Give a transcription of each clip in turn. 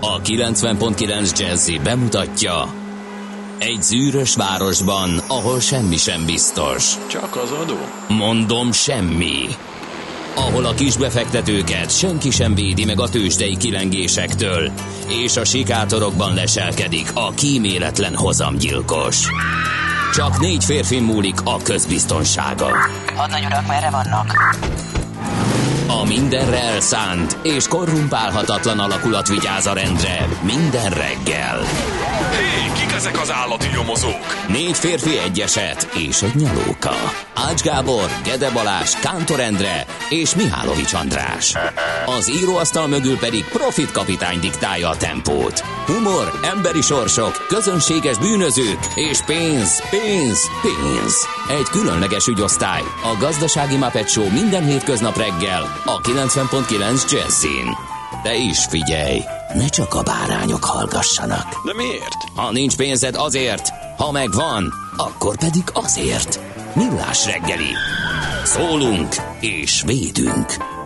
A 90.9 Jazzy bemutatja: egy zűrös városban, ahol semmi sem biztos. Csak az adó? Mondom, semmi. Ahol a kisbefektetőket senki sem védi meg a tőzsdei kilengésektől, és a sikátorokban leselkedik a kíméletlen hozamgyilkos. Csak 4 férfi múlik a közbiztonsága. Hadnagy urak, merre vannak? A mindenre elszánt és korrumpálhatatlan alakulat vigyáz a rendre minden reggel. Hé, kik ezek az állati nyomozók? 4 férfi, egy eset és egy nyalóka. Ács Gábor, Gede Balázs, Kántor Endre és Mihálovics András. Az íróasztal mögül pedig Profit kapitány diktálja a tempót. Humor, emberi sorsok, közönséges bűnözők és pénz, pénz, pénz. Egy különleges ügyosztály, a Gazdasági Muppet Show minden hétköznap reggel a 90.9 Jazzin. De is figyelj, ne csak a bárányok hallgassanak. De miért? Ha nincs pénzed, azért, ha megvan, akkor pedig azért. Millás reggeli. Szólunk és védünk.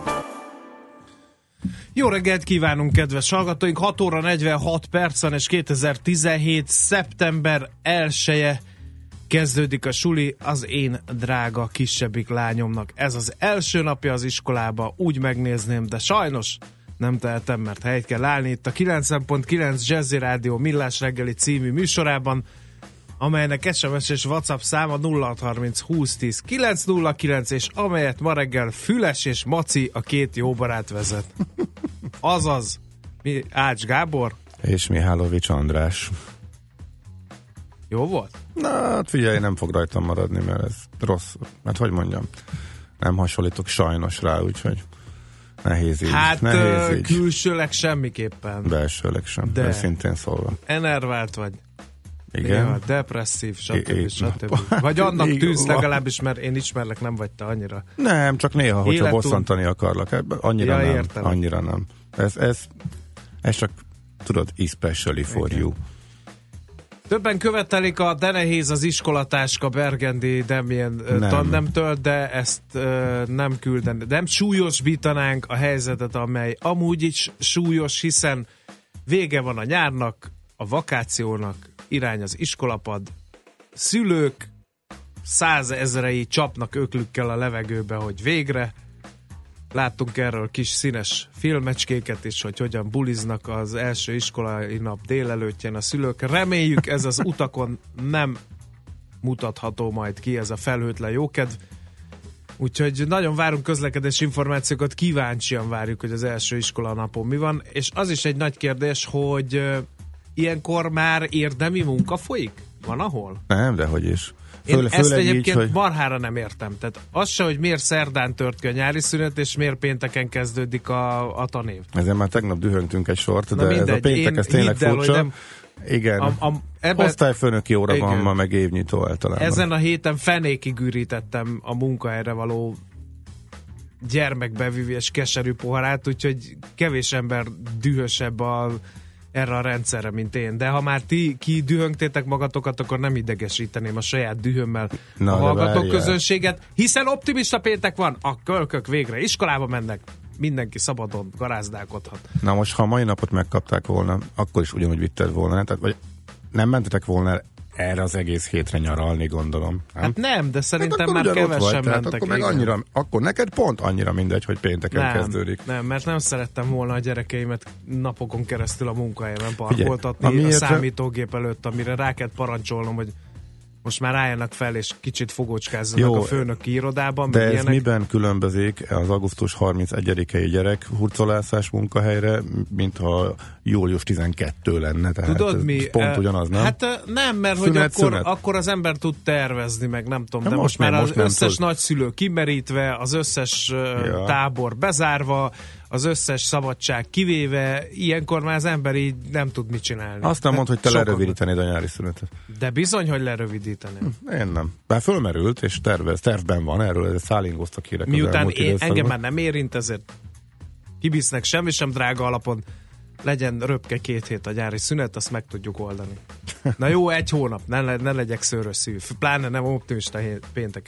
Jó reggelt kívánunk, kedves hallgatóink! 6 óra 46 percen és 2017. szeptember 1-e kezdődik a suli az én drága kisebbik lányomnak. Ez az első napja az iskolába, úgy megnézném, de sajnos nem tehetem, mert helyt kell állni itt a 90.9 Jazzy Rádió Millás reggeli című műsorában, amelynek SMS és WhatsApp száma 0630 2010 909, és amelyet ma reggel Füles és Maci, a 2 jó barát vezet. Azaz, Ács Gábor és Mihálovics András. Jó volt? Na, hát figyelj, nem fog rajtam maradni, mert ez rossz. Hát hogy mondjam, nem hasonlítok sajnos rá, úgyhogy nehéz így. Hát nehéz így. Külsőleg semmiképpen. Belsőleg sem, de szintén szólva. Enervált vagy. Igen. Ja, depresszív, stb. Vagy annak tűz legalábbis, mert én ismerlek, nem vagy te annyira. Nem, csak néha, hogyha bosszantani akarlak. Annyira nem. Értem. Annyira nem. Ez csak, tudod, especially for you. Többen követelik a de nehéz az iskolatáska Bergendi Damien tandemtől, de ezt nem küldeni. Nem súlyosbítanánk a helyzetet, amely amúgy is súlyos, hiszen vége van a nyárnak, a vakációnak, irány az iskolapad, szülők 100 000-ei csapnak öklükkel a levegőbe, hogy végre. Láttunk erről kis színes filmecskéket is, hogy hogyan buliznak az első iskolai nap délelőttjén a szülők. Reméljük, ez az utakon nem mutatható majd ki, ez a felhőtlen jókedv. Úgyhogy nagyon várunk közlekedési információkat, kíváncsian várjuk, hogy az első iskola napon mi van. És az is egy nagy kérdés, hogy ilyenkor már érdemi munka folyik? Van ahol? Nem, dehogy is. Én ezt egyébként így, marhára nem értem. Tehát az se, hogy miért szerdán tört ki a nyári szünet, és miért pénteken kezdődik a tanév. Ezen már tegnap dühöngtünk egy sort, de mindegy, ez a péntek, ez tényleg furcsa. Igen. Osztályfőnöki óra van ma, meg évnyitó általában. Ezen a héten fenékig ürítettem a munkahelyre való gyermekbevívés keserű poharát, úgyhogy kevés ember dühösebb erre a rendszerre, mint én. De ha már ti kidühöngtétek magatokat, akkor nem idegesíteném a saját dühömmel a hallgató közönséget, hiszen optimista péntek van, a kölkök végre iskolába mennek, mindenki szabadon garázdálkodhat. Na most, ha a mai napot megkapták volna, akkor is ugyanúgy vitted volna, tehát, vagy nem mentetek volna erre az egész hétre nyaralni, gondolom. Nem? Hát nem, de szerintem már kevesen mentek. Akkor meg annyira, akkor neked pont annyira mindegy, hogy pénteken kezdődik. Nem, mert nem szerettem volna a gyerekeimet napokon keresztül a munkahelyemen parkoltatni a számítógép előtt, amire rá kell parancsolnom, hogy most már álljanak fel, és kicsit fogócskázzanak a főnöki irodában. De ez ilyenek. Miben különbözik az augusztus 31-i gyerek hurcolászás munkahelyre, mintha július 12 lenne? Tehát tudod mi? Pont ugyanaz, nem? Hát nem, mert hogy akkor az ember tud tervezni, meg nem tudom, de most már az összes nagyszülő kimerítve, az összes tábor bezárva, az összes szabadság kivéve, ilyenkor már az ember így nem tud mit csinálni. Azt nem mondd, hogy te lerövidítenéd a nyári szünetet. De bizony, hogy lerövidíteném. Én nem. Bár fölmerült, és tervben van erről, ez szállingoztak hírek. Miután engem már nem érint, ezért kibisznek semmi sem drága alapon. Legyen röpke 2 hét a nyári szünet, azt meg tudjuk oldani. Na jó, 1 hónap, ne legyek szőrös szívű. Pláne nem optimista pénteken.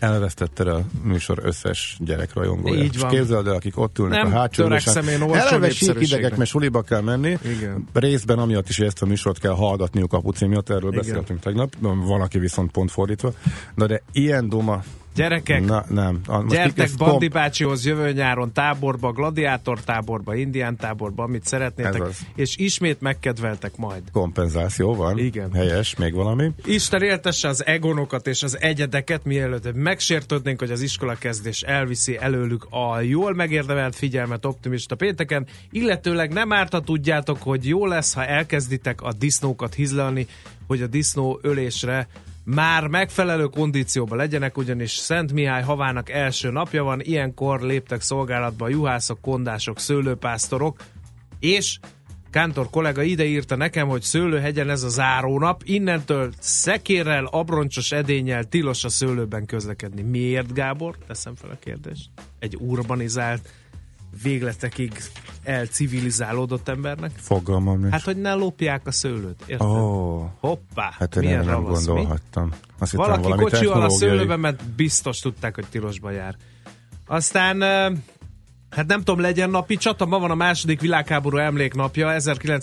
elvesztette a műsor összes gyerekrajongója. Így van. És képzeld el, akik ott ülnek nem a hátsó ülésen. Eleve síkidegek, mert suliba kell menni. Igen. Részben amiatt is, hogy ezt a műsort kell hallgatniuk a Puci miatt, erről beszéltünk tegnap. Valaki viszont pont fordítva. Na de ilyen duma... Gyerekek, gyertek Bandi bácsihoz jövő nyáron táborba, gladiátor táborba, indián táborba, amit szeretnétek, és ismét megkedveltek majd. Kompenzáció van. Igen. Helyes, még valami. Isten éltesse az egonokat és az egyedeket, mielőtt megsértődnénk, hogy az iskola kezdés elviszi előlük a jól megérdemelt figyelmet optimista pénteken, illetőleg nem árt, ha tudjátok, hogy jó lesz, ha elkezditek a disznókat hizlalni, hogy a disznó ölésre már megfelelő kondícióban legyenek, ugyanis Szent Mihály havának első napja van, ilyenkor léptek szolgálatba a juhászok, kondások, szőlőpásztorok, és Kántor kollega ide írta nekem, hogy Szőlőhegyen ez a zárónap, innentől szekérrel, abroncsos edénnyel tilos a szőlőben közlekedni. Miért, Gábor? Teszem fel a kérdést. Egy urbanizált, végletekig elcivilizálódott embernek? Fogalmam nincs. Hát, hogy ne lopják a szőlőt, érted? Hoppá, hát én erre nem gondolhattam. Azt valaki kocsival a szőlőben, mert biztos tudták, hogy tilosba jár. Aztán, hát nem tudom, legyen napi csata, ma van a második világháború emléknapja,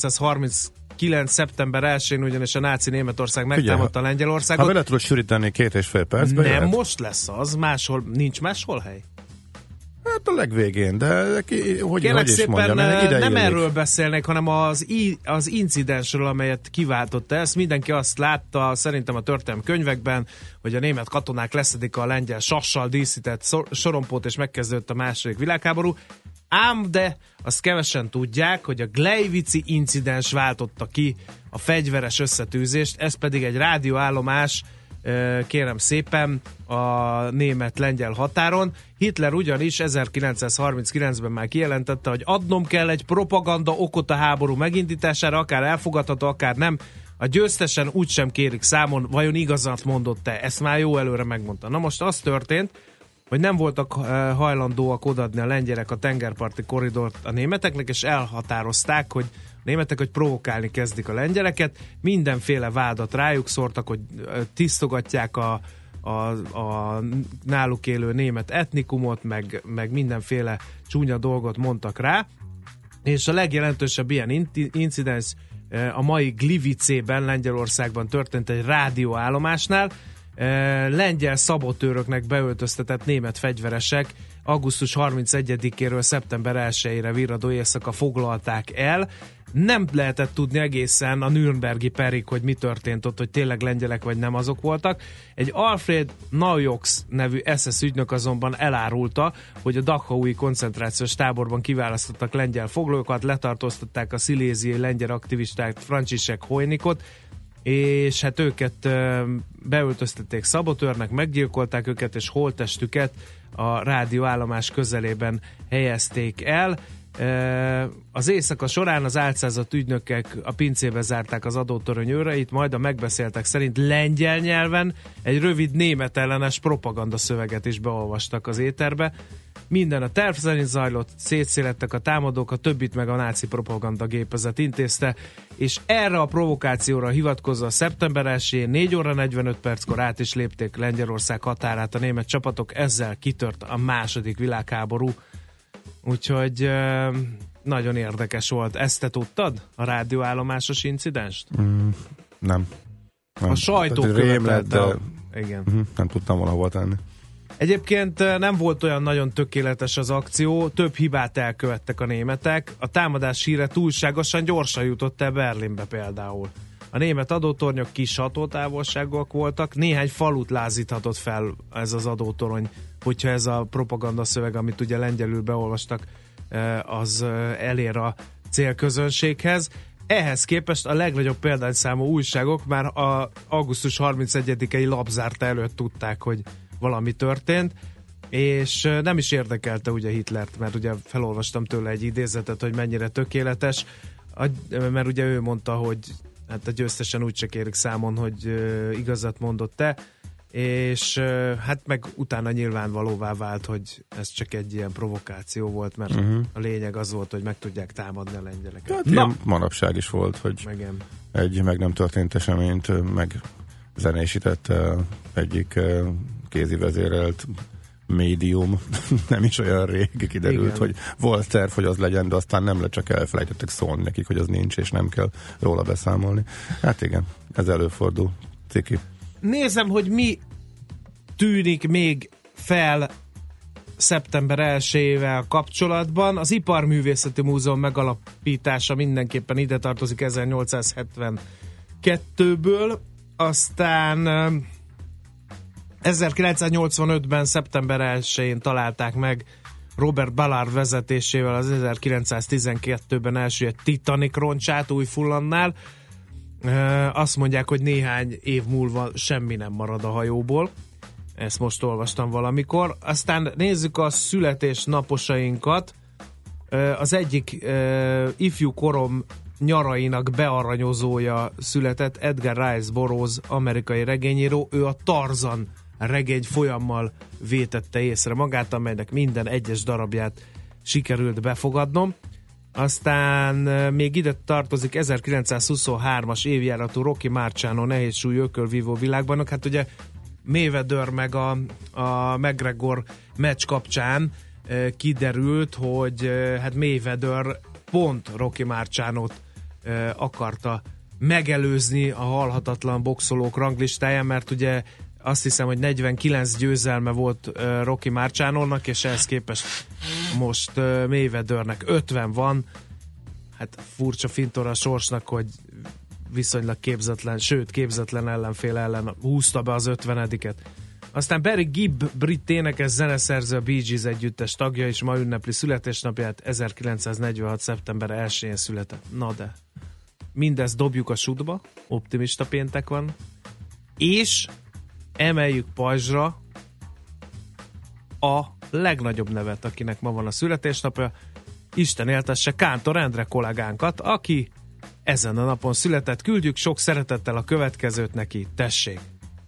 1939. szeptember 1-én ugyanis a náci Németország megtámadta Lengyelországot. Ha bele tudod sűríteni 2,5 percben. Nem jöhet? Most lesz az, máshol, nincs máshol hely? Hát a legvégén, de hogy is szépen, mondjam, nem erről beszélnek, hanem az incidensről, amelyet kiváltotta ezt. Mindenki azt látta, szerintem a történelmi könyvekben, hogy a német katonák leszedik a lengyel sassal díszített sorompót, és megkezdődött a második világháború. Ám de azt kevesen tudják, hogy a Gleivici incidens váltotta ki a fegyveres összetűzést, ez pedig egy rádióállomás, kérem szépen, a német-lengyel határon. Hitler ugyanis 1939-ben már kijelentette, hogy adnom kell egy propaganda okot a háború megindítására, akár elfogadható, akár nem. A győztesen úgysem kérik számon, vajon igazat mondott-e? Ezt már jó előre megmondta. Na most az történt, hogy nem voltak hajlandóak odaadni a lengyelek a tengerparti korridort a németeknek, és elhatározták, hogy németek, hogy provokálni kezdik a lengyeleket, mindenféle vádat rájuk szórtak, hogy tisztogatják a náluk élő német etnikumot, meg mindenféle csúnya dolgot mondtak rá, és a legjelentősebb ilyen incidens a mai Gliwicében, Lengyelországban történt egy rádióállomásnál. Lengyel szabotőröknek beöltöztetett német fegyveresek augusztus 31-éről szeptember 1-ére virradó éjszaka foglalták el. Nem lehetett tudni egészen a Nürnbergi perig, hogy mi történt ott, hogy tényleg lengyelek vagy nem azok voltak. Egy Alfred Naujoks nevű SS ügynök azonban elárulta, hogy a Dachau-i koncentrációs táborban kiválasztottak lengyel foglalókat, letartóztatták a sziléziai lengyel aktivisták Franciszek Hojnikot, és hát őket beöltöztették szabotőrnek, meggyilkolták őket, és holttestüket a rádióállomás közelében helyezték el. Az éjszaka során az álcázott ügynökek a pincébe zárták az adótorony őreit, majd a megbeszéltek szerint lengyel nyelven egy rövid német ellenes propaganda szöveget is beolvastak az éterbe. Minden a terv szerint zajlott, szétszélettek a támadók, a többit meg a náci propaganda gépezet intézte, és erre a provokációra hivatkozva szeptember 1-én 4 óra 45 perckor át is lépték Lengyelország határát a német csapatok, ezzel kitört a második világháború. Úgyhogy nagyon érdekes volt. Ezt te tudtad? A rádióállomásos incidenst? Nem. A sajtó követelte. Igen. Nem tudtam valahol tenni. Egyébként nem volt olyan nagyon tökéletes az akció, több hibát elkövettek a németek. A támadás híre túlságosan gyorsan jutott el Berlinbe például. A német adótornyok kis hatótávolságúak voltak, néhány falut lázíthatott fel ez az adótorony, hogyha ez a propaganda szöveg, amit ugye lengyelül beolvastak, az elér a célközönséghez. Ehhez képest a legnagyobb példányszámú újságok már a augusztus 31-i lapzárta előtt tudták, hogy valami történt, és nem is érdekelte ugye Hitlert, mert ugye felolvastam tőle egy idézetet, hogy mennyire tökéletes, mert ugye ő mondta, hogy hát a győztesen úgyse kérik számon, hogy igazat mondott-e, és hát meg utána nyilvánvalóvá vált, hogy ez csak egy ilyen provokáció volt, mert a lényeg az volt, hogy meg tudják támadni a lengyeleket. Hát ilyen manapság is volt, hogy egy meg nem történt eseményt meg zenésítette egyik kézi vezérelt médium, nem is olyan rég kiderült, igen, hogy volt terv, hogy az legyen, de aztán nem lett, csak elfelejtettek szólni nekik, hogy az nincs, és nem kell róla beszámolni. Hát igen, ez előfordul. Ciki. Nézem, hogy mi tűnik még fel szeptember 1-ével kapcsolatban. Az Iparművészeti Múzeum megalapítása mindenképpen ide tartozik 1872-ből, aztán 1985-ben szeptember 1-én találták meg Robert Ballard vezetésével az 1912-ben elsüllyedt Titanic roncsát Új-Fullandnál. Azt mondják, hogy néhány év múlva semmi nem marad a hajóból. Ezt most olvastam valamikor. Aztán nézzük a születésnaposainkat. Az egyik ifjú korom nyarainak bearanyozója született, Edgar Rice Burroughs, amerikai regényíró. Ő a Tarzan regény folyammal vétette észre magát, amelynek minden egyes darabját sikerült befogadnom. Aztán még ide tartozik 1923-as évjáratú Rocky Marciano nehézsúlyú ökölvívó világbajnok. Hát ugye Mayweather meg a McGregor meccs kapcsán kiderült, hogy hát Mayweather pont Rocky Marcianót akarta megelőzni a halhatatlan boxolók ranglistáján, mert ugye azt hiszem, hogy 49 győzelme volt Rocky Marcianónak, és ehhez képest most Mayweathernek 50 van. Hát furcsa fintora a sorsnak, hogy viszonylag képzetlen ellenfél ellen húzta be az 50-ediket. Aztán Barry Gibb, brit énekes, zeneszerző, a Bee Gees együttes tagja, és ma ünnepli születésnapját, 1946. szeptember 1-én született. Na de, mindezt dobjuk a sudba, optimista péntek van, és emeljük pajzsra a legnagyobb nevet, akinek ma van a születésnapja. Isten éltesse Kántor Endre kollégánkat, aki ezen a napon született. Küldjük sok szeretettel a következőt neki. Tessék!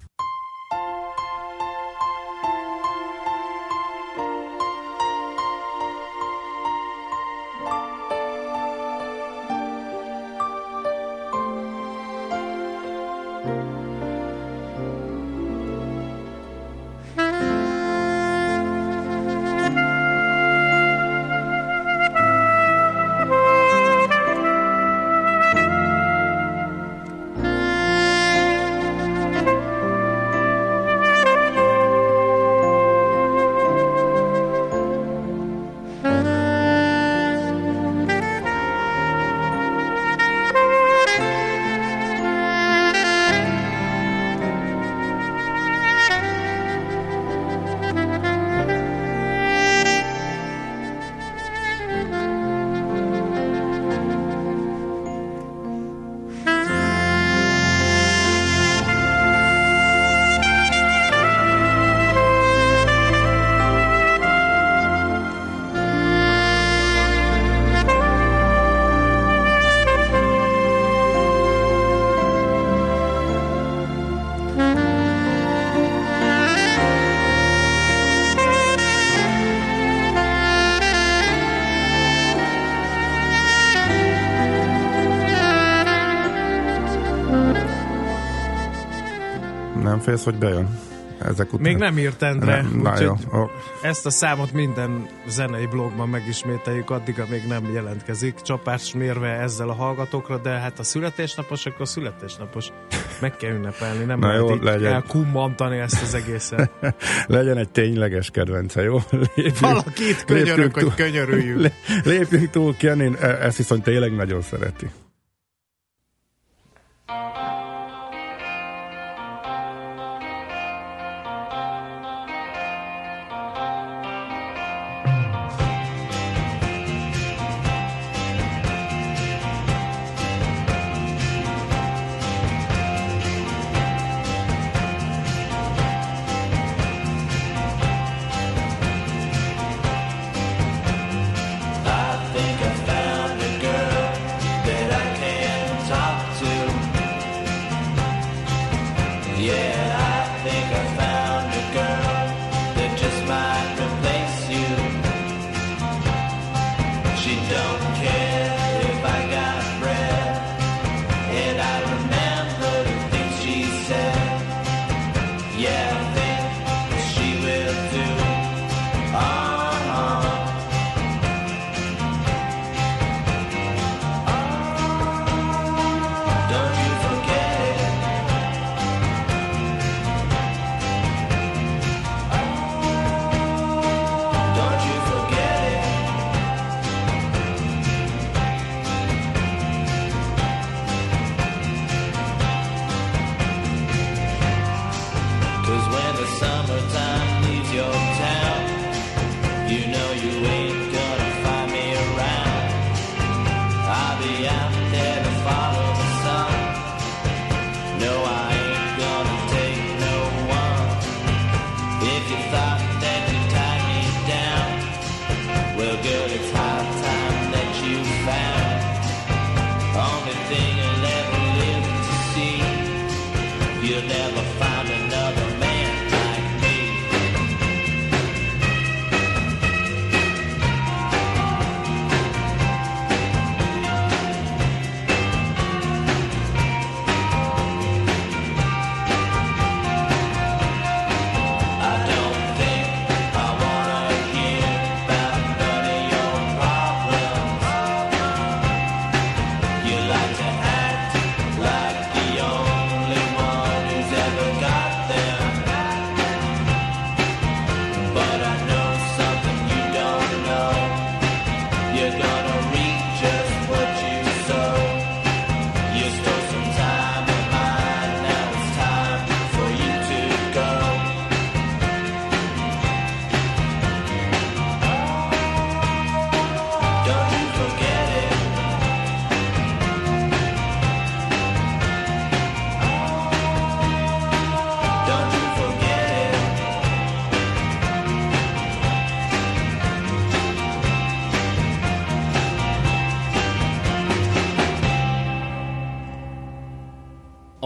Nem félsz, hogy bejön? Ezek után. Még nem írt Endre, úgyhogy ezt a számot minden zenei blogban megismételjük addig, amíg nem jelentkezik. Csapás mérve ezzel a hallgatókra, de hát a születésnapos, akkor születésnapos. Meg kell ünnepelni, nem lehet így elkummantani ezt az egészet. Legyen egy tényleges kedvence, jó? Valaki itt könyörök, hogy könyörüljük. Lépjünk túl, Kenny, ezt viszont tényleg nagyon szereti.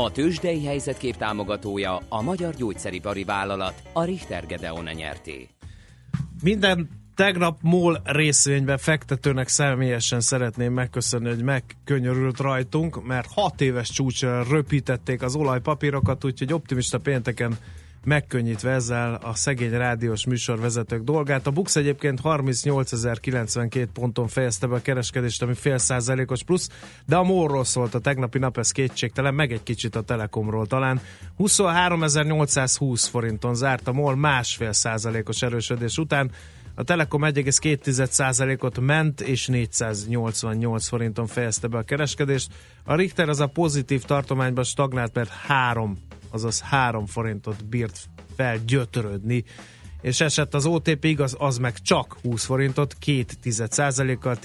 A tőzsdei helyzetkép támogatója a Magyar Gyógyszeripari Vállalat, a Richter Gedeon nyerté. Minden tegnap MOL részvényben fektetőnek személyesen szeretném megköszönni, hogy megkönyörült rajtunk, mert 6 éves csúcsra röpítették az olajpapírokat, úgyhogy optimista pénteken megkönnyítve ezzel a szegény rádiós műsorvezetők dolgát. A BUX egyébként 38.092 ponton fejezte be a kereskedést, ami 0,5%-os plusz, de a MOL-ról szólt a tegnapi nap, ez kétségtelen, meg egy kicsit a Telekomról talán. 23.820 forinton zárt a MOL 1,5%-os erősödés után. A Telekom 1,2%-ot ment, és 488 forinton fejezte be a kereskedést. A Richter az a pozitív tartományban stagnált, mert 3 forintot bírt felgyötörödni, és esett az OTP, igaz, az meg csak 20 forintot, 2%-kal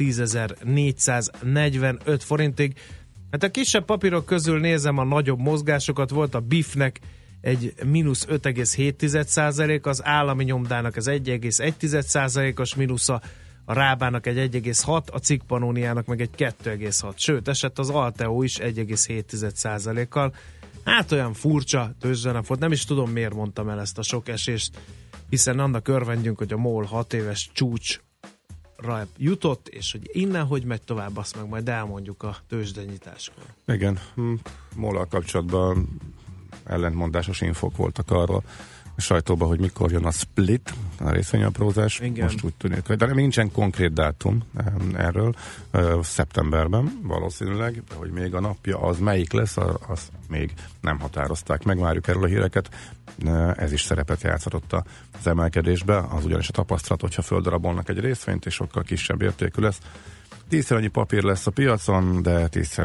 10.445 forintig. Hát a kisebb papírok közül nézem a nagyobb mozgásokat, volt a BIF-nek egy mínusz 5,7%, az állami nyomdának az 1,1%-os mínusza, a Rábának egy 1,6, a Cikk Pannoniának meg egy 2,6, sőt, esett az Alteo is 1,7%-kal. Hát olyan furcsa tőzsdenap volt, nem is tudom miért mondtam el ezt a sok esést, hiszen annak örvendjünk, hogy a MOL 6 éves csúcsra jutott, és hogy innen hogy megy tovább, azt meg majd elmondjuk a tőzsdenyitáskor. Igen, MOL-al kapcsolatban ellentmondásos infók voltak arról a sajtóban, hogy mikor jön a split, a részvényaprózás. Igen. Most úgy tűnik, de nincsen konkrét dátum erről. Szeptemberben valószínűleg, de hogy még a napja az melyik lesz, az még nem határozták meg. Várjuk erről a híreket. Ez is szerepet játszhatott az emelkedésbe. Az ugyanis a tapasztalat, hogyha földarabolnak egy részvényt, és sokkal kisebb értékű lesz. 10-szer annyi papír lesz a piacon, de 10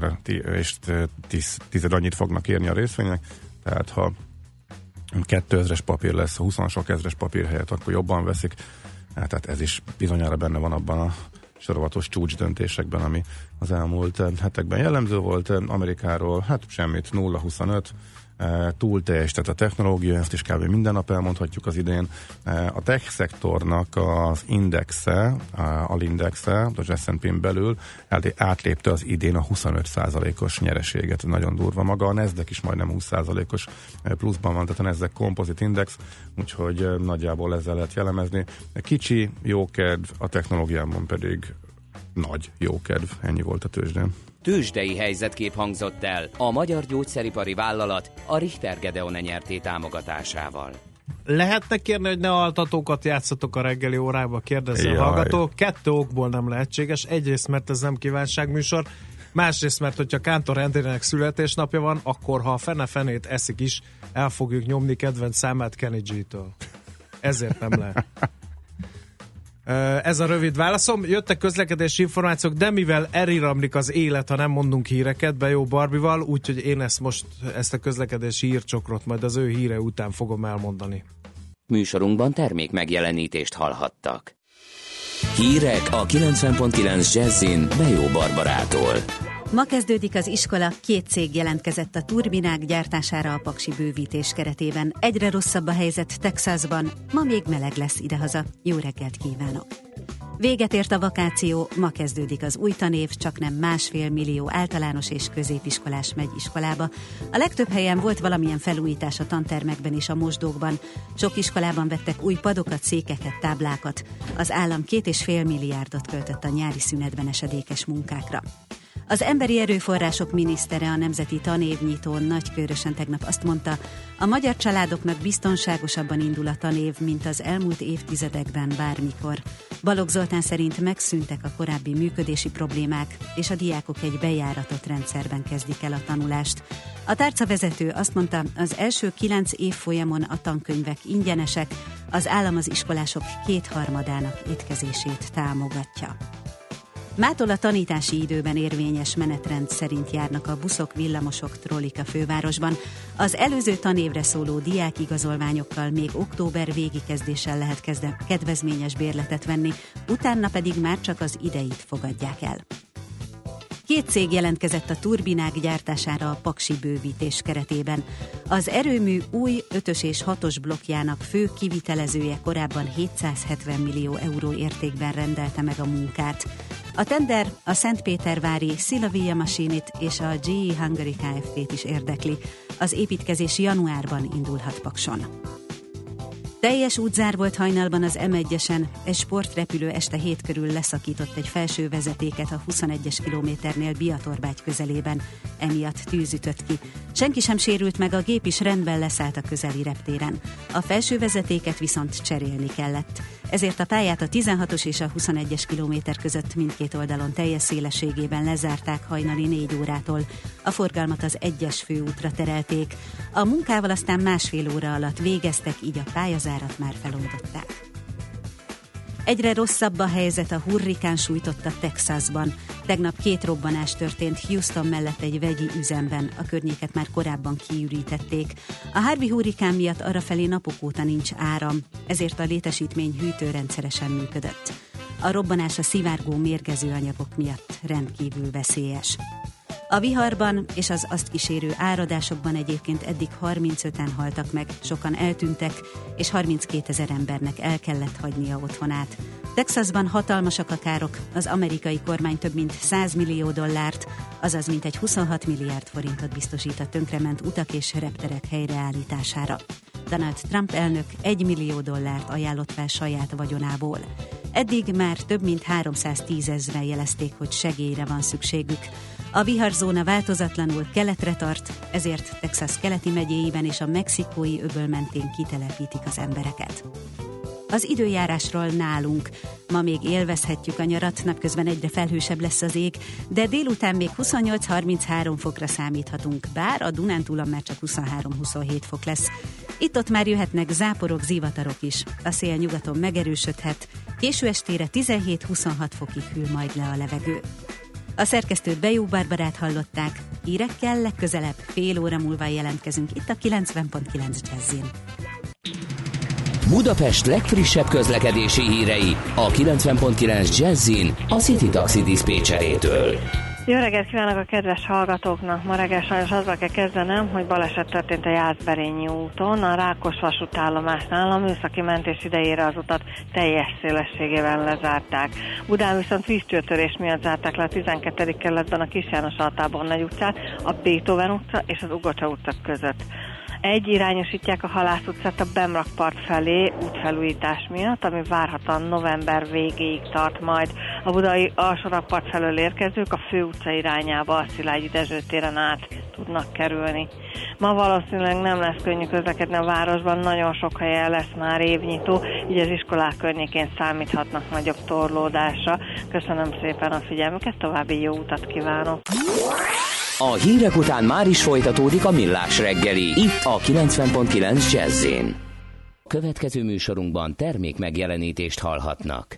annyit fognak érni a részvények. Tehát ha 2000-es papír lesz, 20 sok ezres papír helyett, akkor jobban veszik. Tehát ez is bizonyára benne van abban a sorozatos csúcs döntésekben, ami az elmúlt hetekben jellemző volt. Amerikáról hát semmit, 0,25, túl teljes, tehát a technológia, ezt is kb. Minden nap elmondhatjuk az idén. A tech szektornak az indexe, alindexe, az S&P-n belül átlépte az idén a 25%-os nyereséget, nagyon durva. Maga a Nasdaq is majdnem 20%-os pluszban van, tehát a Nasdaq Composite Index, úgyhogy nagyjából ezzel lehet jellemezni. Kicsi jókedv, a technológiában pedig nagy jókedv, ennyi volt a tőzsdén. Tőzsdei helyzetkép hangzott el a Magyar Gyógyszeripari Vállalat, a Richter Gedeon nyerté támogatásával. Lehetne kérni, hogy ne altatókat játszatok a reggeli órába, kérdezze a hallgató. 2 okból nem lehetséges. Egyrészt, mert ez nem kívánságműsor, másrészt, mert hogyha Kántor Endrének születésnapja van, akkor ha a fene-fenét eszik is, el fogjuk nyomni kedvenc számát Kenny G-től. Ezért nem lehet. Ez a rövid válaszom. Jöttek közlekedési információk, de mivel elriramlik az élet, ha nem mondunk híreket, be jó Barbival, úgyhogy én ezt a közlekedési hírcsokrot majd az ő híre után fogom elmondani. Műsorunkban termék megjelenítést hallhattak. Hírek a 90.9 Jazzin Bejó Barbarától. Ma kezdődik az iskola, 2 cég jelentkezett a turbinák gyártására a paksi bővítés keretében. Egyre rosszabb a helyzet Texasban, ma még meleg lesz idehaza. Jó reggelt kívánok! Véget ért a vakáció, ma kezdődik az új tanév, csaknem 1,5 millió általános és középiskolás megy iskolába. A legtöbb helyen volt valamilyen felújítás a tantermekben és a mosdókban. Sok iskolában vettek új padokat, székeket, táblákat. Az állam 2,5 milliárdot költött a nyári szünetben esedékes munkákra. Az emberi erőforrások minisztere a nemzeti tanévnyitón Nagykőrösen tegnap azt mondta, a magyar családoknak biztonságosabban indul a tanév, mint az elmúlt évtizedekben bármikor. Balogh Zoltán szerint megszűntek a korábbi működési problémák, és a diákok egy bejáratott rendszerben kezdik el a tanulást. A tárcavezető azt mondta, az első 9 évfolyamon a tankönyvek ingyenesek, az állam az iskolások 2/3-ának étkezését támogatja. Mától a tanítási időben érvényes menetrend szerint járnak a buszok, villamosok, trollik a fővárosban. Az előző tanévre szóló diákigazolványokkal még október végi kezdéssel lehet kedvezményes bérletet venni, utána pedig már csak az ideit fogadják el. 2 cég jelentkezett a turbinák gyártására a paksi bővítés keretében. Az erőmű új 5-ös és 6-os blokkjának fő kivitelezője korábban 770 millió euró értékben rendelte meg a munkát. A tender a Szentpétervári Silavia Machinit és a GE Hungary Kft-t is érdekli. Az építkezés januárban indulhat Pakson. Teljes útzár volt hajnalban az M1-esen, egy sportrepülő este 7 körül leszakított egy felső vezetéket a 21-es kilométernél Biatorbágy közelében, emiatt tűz ütött ki. Senki sem sérült meg, a gép is rendben leszállt a közeli reptéren. A felső vezetéket viszont cserélni kellett. Ezért a pályát a 16-os és a 21-es kilométer között mindkét oldalon teljes szélességében lezárták hajnali 4 órától. A forgalmat az 1-es főútra terelték. A munkával aztán másfél óra alatt végeztek, így a pályazárat már feloldották. Egyre rosszabb a helyzet a hurrikán sújtotta Texasban. Tegnap 2 robbanás történt Houston mellett egy vegyi üzemben, a környéket már korábban kiürítették. A Harvey hurrikán miatt arrafelé napok óta nincs áram, ezért a létesítmény hűtőrendszeresen működött. A robbanás a szivárgó mérgező anyagok miatt rendkívül veszélyes. A viharban és az azt kísérő áradásokban egyébként eddig 35-en haltak meg, sokan eltűntek, és 32 000 embernek el kellett hagynia otthonát. Texasban hatalmasak a károk, az amerikai kormány több mint $100 millió, azaz mintegy 26 milliárd forintot biztosít a tönkrement utak és repterek helyreállítására. Donald Trump elnök $1 millió ajánlott fel saját vagyonából. Eddig már több mint 310 000-en jelezték, hogy segélyre van szükségük. A viharzóna változatlanul keletre tart, ezért Texas keleti megyéiben és a mexikói öböl mentén kitelepítik az embereket. Az időjárásról nálunk. Ma még élvezhetjük a nyarat, napközben egyre felhősebb lesz az ég, de délután még 28-33 fokra számíthatunk, bár a Dunántúlon már csak 23-27 fok lesz. Itt-ott már jöhetnek záporok, zivatarok is. A szél nyugaton megerősödhet, késő estére 17-26 fokig hűl majd le a levegő. A szerkesztőt Bejú Barbarát hallották, hírekkel legközelebb fél óra múlva jelentkezünk itt a 90.9 Jazzin. Budapest legfrissebb közlekedési hírei a 90.9 Jazzin a City Taxi diszpécserétől. Jó reggelt kívánok a kedves hallgatóknak! Ma reggel sajnos azzal kell kezdenem, hogy baleset történt a Jászberényi úton, a Rákos vasútállomásnál. A műszaki mentés idejére az utat teljes szélességében lezárták. Budán viszont vízcsőtörés miatt zárták le a 12. kerületben a Kis János Altáborn Nagy utcát, a Beethoven utca és az Ugocsa utca között. Egy irányosítják a Halász utcát a Bemrakpart felé útfelújítás miatt, ami várhatóan november végéig tart majd. A budai Alsórakpart felől érkezők a Fő utca irányába a Szilágyi Dezső téren át tudnak kerülni. Ma valószínűleg nem lesz könnyű közlekedni a városban, nagyon sok helyen lesz már évnyitó, így az iskolák környékén számíthatnak nagyobb torlódásra. Köszönöm szépen a figyelmüket, további jó utat kívánok! A hírek után már is folytatódik a Millás reggeli, itt a 90.9 Jazz-in. Következő műsorunkban termék megjelenítést hallhatnak.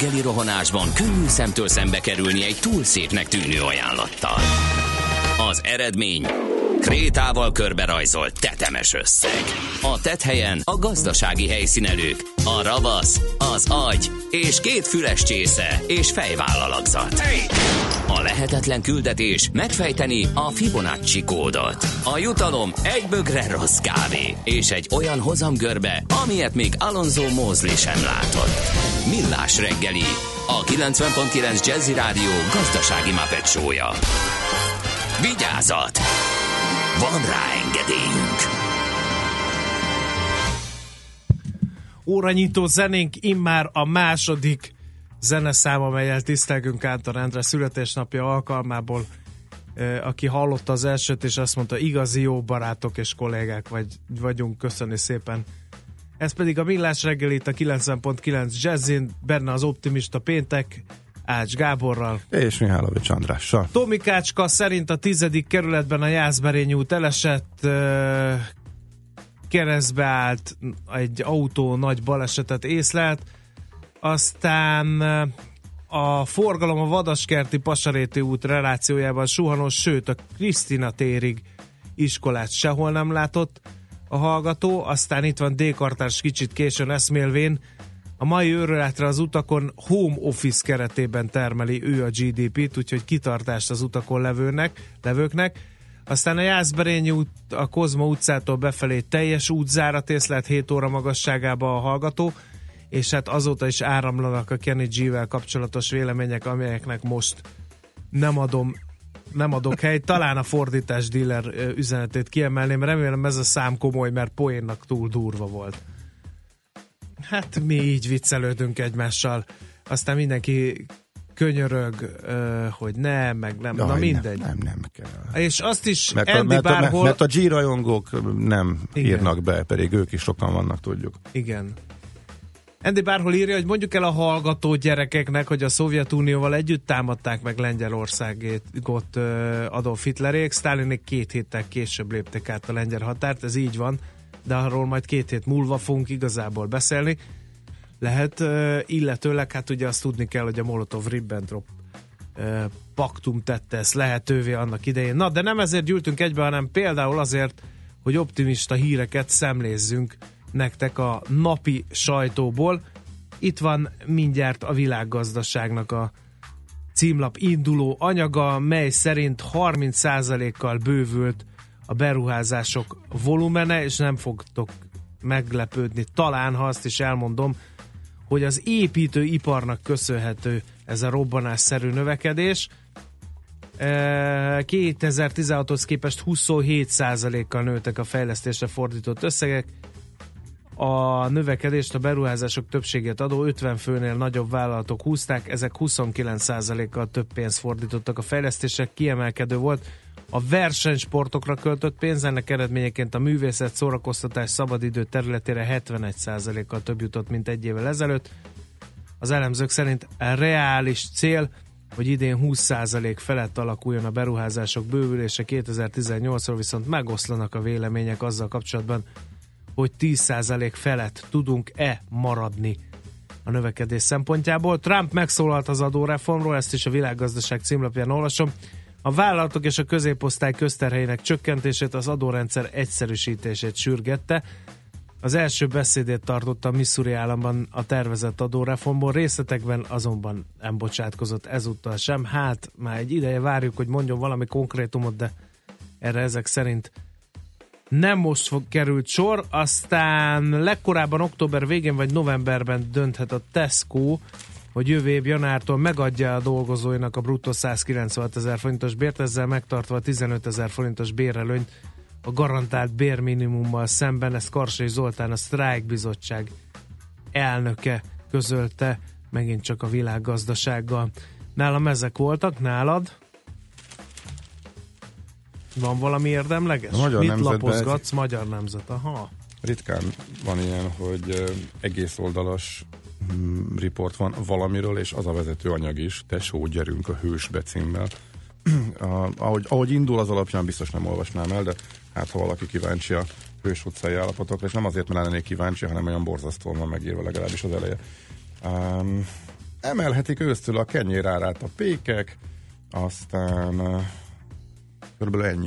reggeli rohanásban könnyű szemtől szembe kerülni egy túl szépnek tűnő ajánlattal. Az eredmény... krétával körberajzolt tetemes összeg. A tetthelyen a gazdasági helyszínelők, a ravasz, az agy és 2 füles csésze és fejvállalakzat. A lehetetlen küldetés megfejteni a Fibonacci kódot. A jutalom egy bögre rossz kávé és egy olyan hozamgörbe, amilyet még Alonso Mosley sem látott. Millás reggeli, a 90.9 Jazzy Rádió gazdasági Muppet show-ja. Vigyázat! Van rá engedélyünk. Óranyitó zenénk immár a második zeneszám, amelyel tisztelgünk Kántor Endre születésnapja alkalmából, aki hallotta az elsőt, és azt mondta, igazi jó barátok és kollégák vagyunk, köszönni szépen. Ez pedig a Millás reggeli, itt a 90.9 Jazzin, benne az optimista péntek, Ács Gáborral és Mihálovics Andrással. Tomikácska szerint a 10. kerületben a Jászberényi út elesett, keresztbe állt, egy autó nagy balesetet észlelt, aztán a forgalom a Vadaskerti Pasaréti út relációjában suhanós, sőt a Krisztina térig iskolát sehol nem látott a hallgató, aztán itt van D-kartárs kicsit későn eszmélvén, a mai őrületre az utakon home office keretében termeli ő a GDP-t, úgyhogy kitartást az utakon levőknek. Aztán a Jászberényi út, a Kozma utcától befelé teljes útzárat észlelt 7 óra magasságába a hallgató, és hát azóta is áramlanak a Kenny G-vel kapcsolatos vélemények, amelyeknek most nem adok helyt. Talán a fordítás dealer üzenetét kiemelném, remélem ez a szám komoly, mert poénnak túl durva volt. Hát mi így viccelődünk egymással, aztán mindenki könyörög, hogy nem, meg nem, na mindegy. Nem kell. És azt is mert a G-rajongók nem írnak be, pedig ők is sokan vannak, tudjuk. Igen. Andy bárhol írja, hogy mondjuk el a hallgató gyerekeknek, hogy a Szovjetunióval együtt támadták meg Lengyelországot Adolf Hitlerék, Sztálinék 2 héttel később léptek át a lengyel határt, ez így van, de arról majd 2 hét múlva fogunk igazából beszélni. Lehet, illetőleg, hát ugye azt tudni kell, hogy a Molotov-Ribbentrop paktum tette ezt lehetővé annak idején. Na, de nem ezért gyűltünk egybe, hanem például azért, hogy optimista híreket szemlézzünk nektek a napi sajtóból. Itt van mindjárt a világgazdaságnak a címlap induló anyaga, mely szerint 30%-kal bővült a beruházások volumene, és nem fogtok meglepődni talán, ha azt is elmondom, hogy az építőiparnak köszönhető ez a robbanásszerű növekedés. 2016-hoz képest 27%-kal nőttek a fejlesztésre fordított összegek. A növekedést a beruházások többségét adó 50 főnél nagyobb vállalatok húzták, ezek 29%-kal több pénzt fordítottak a fejlesztésre, kiemelkedő volt a versenysportokra költött pénz, ennek eredményeként a művészet, szórakoztatás, szabadidő területére 71%-kal több jutott, mint egy évvel ezelőtt. Az elemzők szerint a reális cél, hogy idén 20% felett alakuljon a beruházások bővülése 2018-ról, viszont megoszlanak a vélemények azzal kapcsolatban, hogy 10% felett tudunk-e maradni a növekedés szempontjából. Trump megszólalt az adóreformról, ezt is a Világgazdaság címlapján olvasom. A vállalatok és a középosztály közterheinek csökkentését, az adórendszer egyszerűsítését sürgette. Az első beszédét tartotta Missouri államban a tervezett adóreformból, részletekben azonban nem bocsátkozott ezúttal sem. Hát már egy ideje várjuk, hogy mondjon valami konkrétumot, de erre ezek szerint nem most került sor. Aztán legkorábban október végén vagy novemberben dönthet a Tesco, hogy jövő év januártól megadja a dolgozóinak a bruttó 196 000 forintos bért, ezzel megtartva a 15 000 forintos bérelőnyt a garantált bérminimummal szemben. Ezt Karsai Zoltán, a sztrájkbizottság elnöke közölte megint csak a Világgazdasággal. Nálam ezek voltak, nálad? Van valami érdemleges? Mit lapozgatsz? Magyar Nemzet, aha. Ritkán van ilyen, hogy egész oldalas riport van valamiről, és az a vezető anyag is, tesó, gyerünk a Hősbe címmel. Ahogy indul, az alapján biztos nem olvasnám el, de hát ha valaki kíváncsi a Hős utcai állapotokra, és nem azért, mert lennék kíváncsi, hanem olyan borzasztóan van megírva legalábbis az eleje. emelhetik ősztől a kenyérárát a pékek, aztán körülbelül ennyi,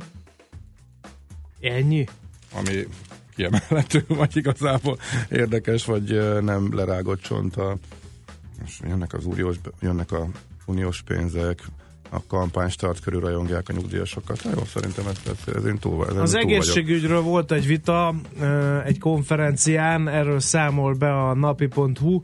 ami kiemelhető, vagy igazából érdekes, vagy nem lerágott csont. Most jönnek a uniós pénzek, a kampánystart körül rajongják a nyugdíjasokat. Na jó, szerintem ez én túl Az egészségügyről volt egy vita egy konferencián, erről számol be a napi.hu.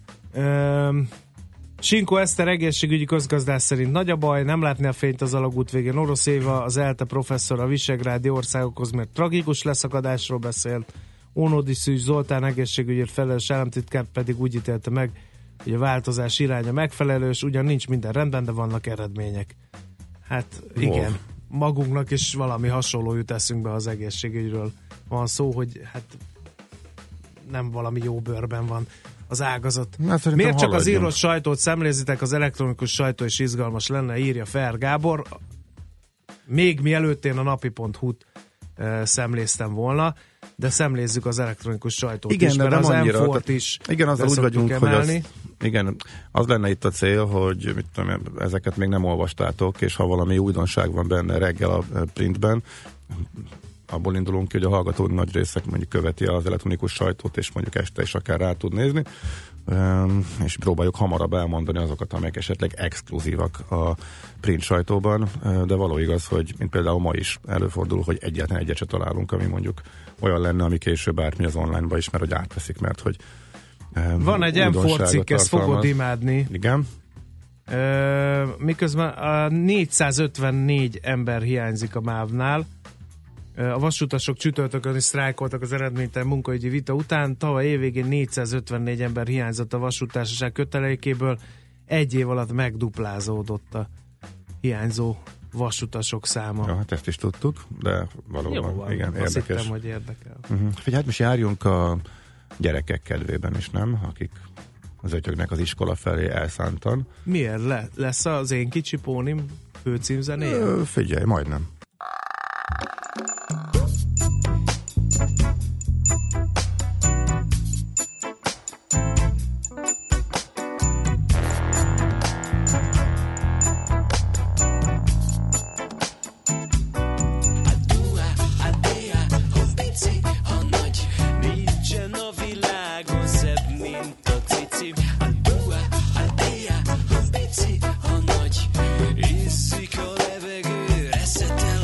Sinkó Eszter egészségügyi közgazdász szerint nagy a baj, nem látni a fényt az alagút végén. Orosz Éva, az ELTE professzor a visegrádi országokhoz, mert tragikus leszakadásról beszélt. Ónodi Szűcs Zoltán egészségügyért felelős államtitkár pedig úgy ítélte meg, hogy a változás iránya megfelelős, ugyan nincs minden rendben, de vannak eredmények. Hát igen, magunknak is valami hasonló jut eszünkbe az egészségügyről. Van szó, hogy hát nem valami jó bőrben van az ágazat. Miért csak az írott sajtót szemlézitek, az elektronikus sajtó is izgalmas lenne, írja Fer Gábor. Még mielőtt én a napi.hu-t szemléztem volna, de szemlézzük az elektronikus sajtót igen, is, mert az M4-t is igen, azzal úgy vagyunk, emelni. Hogy az lenne itt a cél, hogy mit tudom, ezeket még nem olvastátok, és ha valami újdonság van benne reggel a printben, abból indulunk ki, hogy a hallgatók nagy része mondjuk követi az elektronikus sajtót, és mondjuk este is akár rá tud nézni, és próbáljuk hamarabb elmondani azokat, amelyek esetleg exkluzívak a print sajtóban, de való igaz, hogy mint például ma is előfordul, hogy egyáltalán egyet se találunk, ami mondjuk olyan lenne, ami később átmegy az online-ba is, mert hogy átveszik, mert hogy van egy M4 cikk, ezt fogod imádni. Igen. Miközben a 454 ember hiányzik a MÁV-nál. A vasutasok csütörtökön is sztrájkoltak az eredménytelen munkaügyi vita után. Tavaly évvégén 454 ember hiányzott a vasúttársaság kötelékéből. Egy év alatt megduplázódott a hiányzó vasutasok száma. Ja, hát ezt is tudtuk, de valóban jó, igen, érdekes. Azt hittem, hogy érdekel. Figyelj, hát most járjunk a gyerekek kedvében is, nem? Akik az ötyöknek az iskola felé elszántan. Miért lesz az én kicsi pónim főcímzenéje? Figyelj, majdnem. Iszik a levegő, eszetem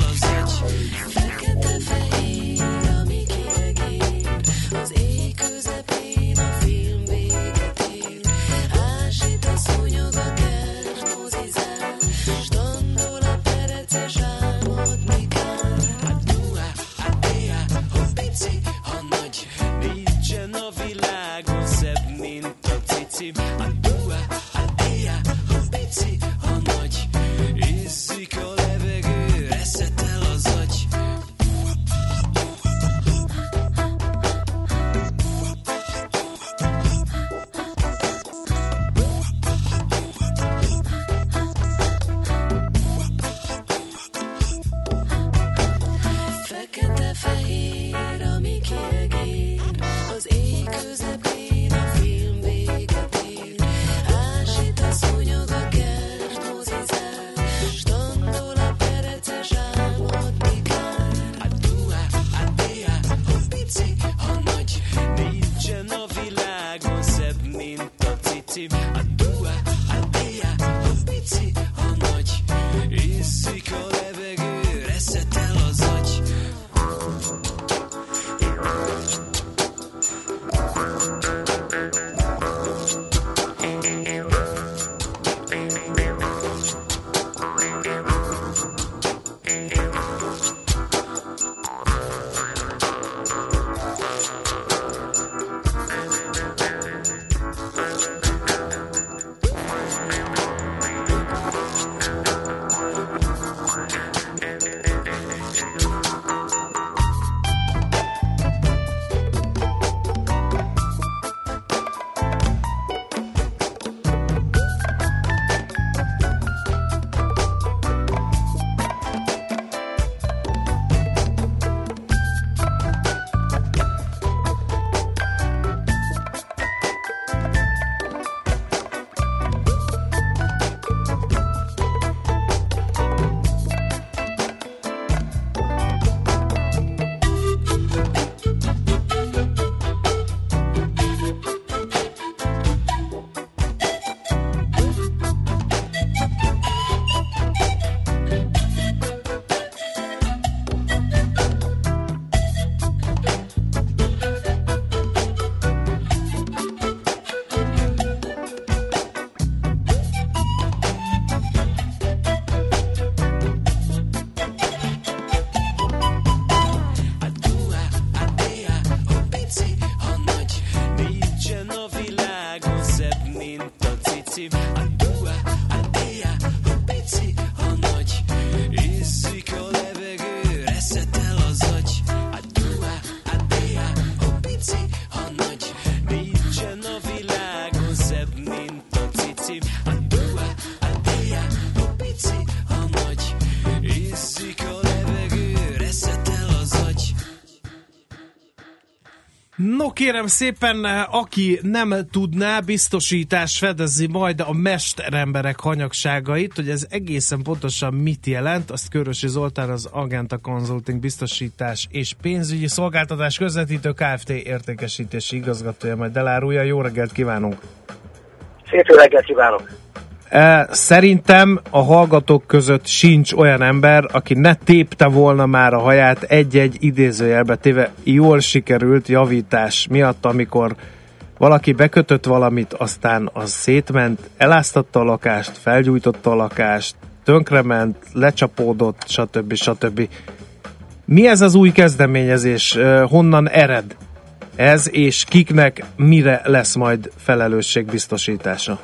No kérem szépen, aki nem tudná, biztosítás fedezi majd a mesteremberek hanyagságait, hogy ez egészen pontosan mit jelent, azt Körösi Zoltán, az Agenta Consulting biztosítás és pénzügyi szolgáltatás közvetítő Kft. Értékesítési igazgatója majd elárulja. Jó reggelt kívánunk! Szép jó reggelt kívánok! Szerintem a hallgatók között sincs olyan ember, aki ne tépte volna már a haját egy-egy idézőjelbe téve jól sikerült javítás miatt, amikor valaki bekötött valamit, aztán az szétment, eláztatta a lakást, felgyújtotta a lakást, tönkrement, lecsapódott, stb. Mi ez az új kezdeményezés? Honnan ered ez, és kiknek mire lesz majd felelősségbiztosítása?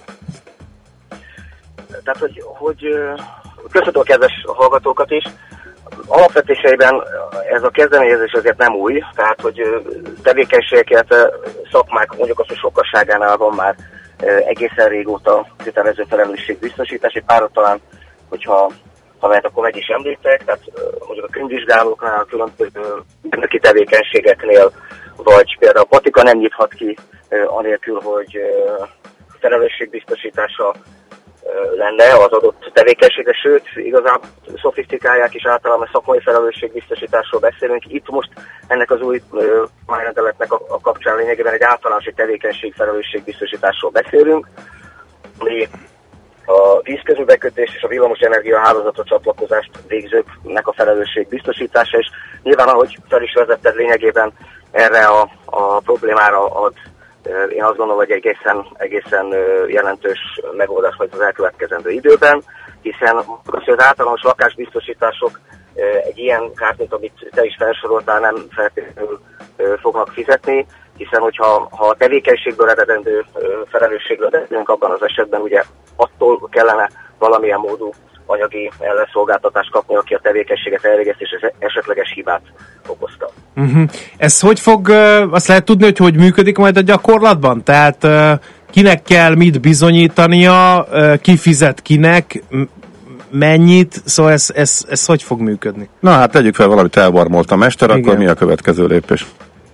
Tehát, hogy köszönöm a kedves hallgatókat is. Alapvetéseiben ez a kezdeményezés azért nem új, tehát, hogy tevékenységeket, szakmák, mondjuk azt, hogy sokkasságánál van már egészen régóta kötelező felelősségbiztosítás. Egy párat talán, hogyha lehet, akkor meg is említek, tehát mondjuk a könyvvizsgálóknál, a különböző mérnöki tevékenységeknél, vagy például a patika nem nyithat ki anélkül, hogy felelősségbiztosítása lenne az adott tevékenysége, sőt, igazából szofisztikálják és általában szakmai felelősségbiztosításról beszélünk. Itt most ennek az új kormányrendeletnek a kapcsán lényegében egy általános tevékenység felelősségbiztosításról beszélünk, ami a vízközműbekötés és a villamosenergia hálózatot csatlakozást végzőknek a felelősségbiztosítása, és nyilván, ahogy fel is vezetted, lényegében erre a problémára ad, én azt gondolom, hogy egészen jelentős megoldás vagy az elkövetkezendő időben, hiszen az általános lakásbiztosítások egy ilyen kárt, mint amit te is felsoroltál, nem feltétlenül fognak fizetni, hiszen hogyha a tevékenységből eredendő felelősségről beszélünk, abban az esetben ugye attól kellene valamilyen módú anyagi ellenszolgáltatást kapni, aki a tevékenységet elvégezte, és esetleges hibát okozta. Ez hogy fog, azt lehet tudni, hogy működik majd a gyakorlatban? Tehát kinek kell mit bizonyítania, ki fizet kinek, mennyit, szóval ez hogy fog működni? Na hát tegyük fel, valamit elbarmolt a mester, igen. Akkor mi a következő lépés?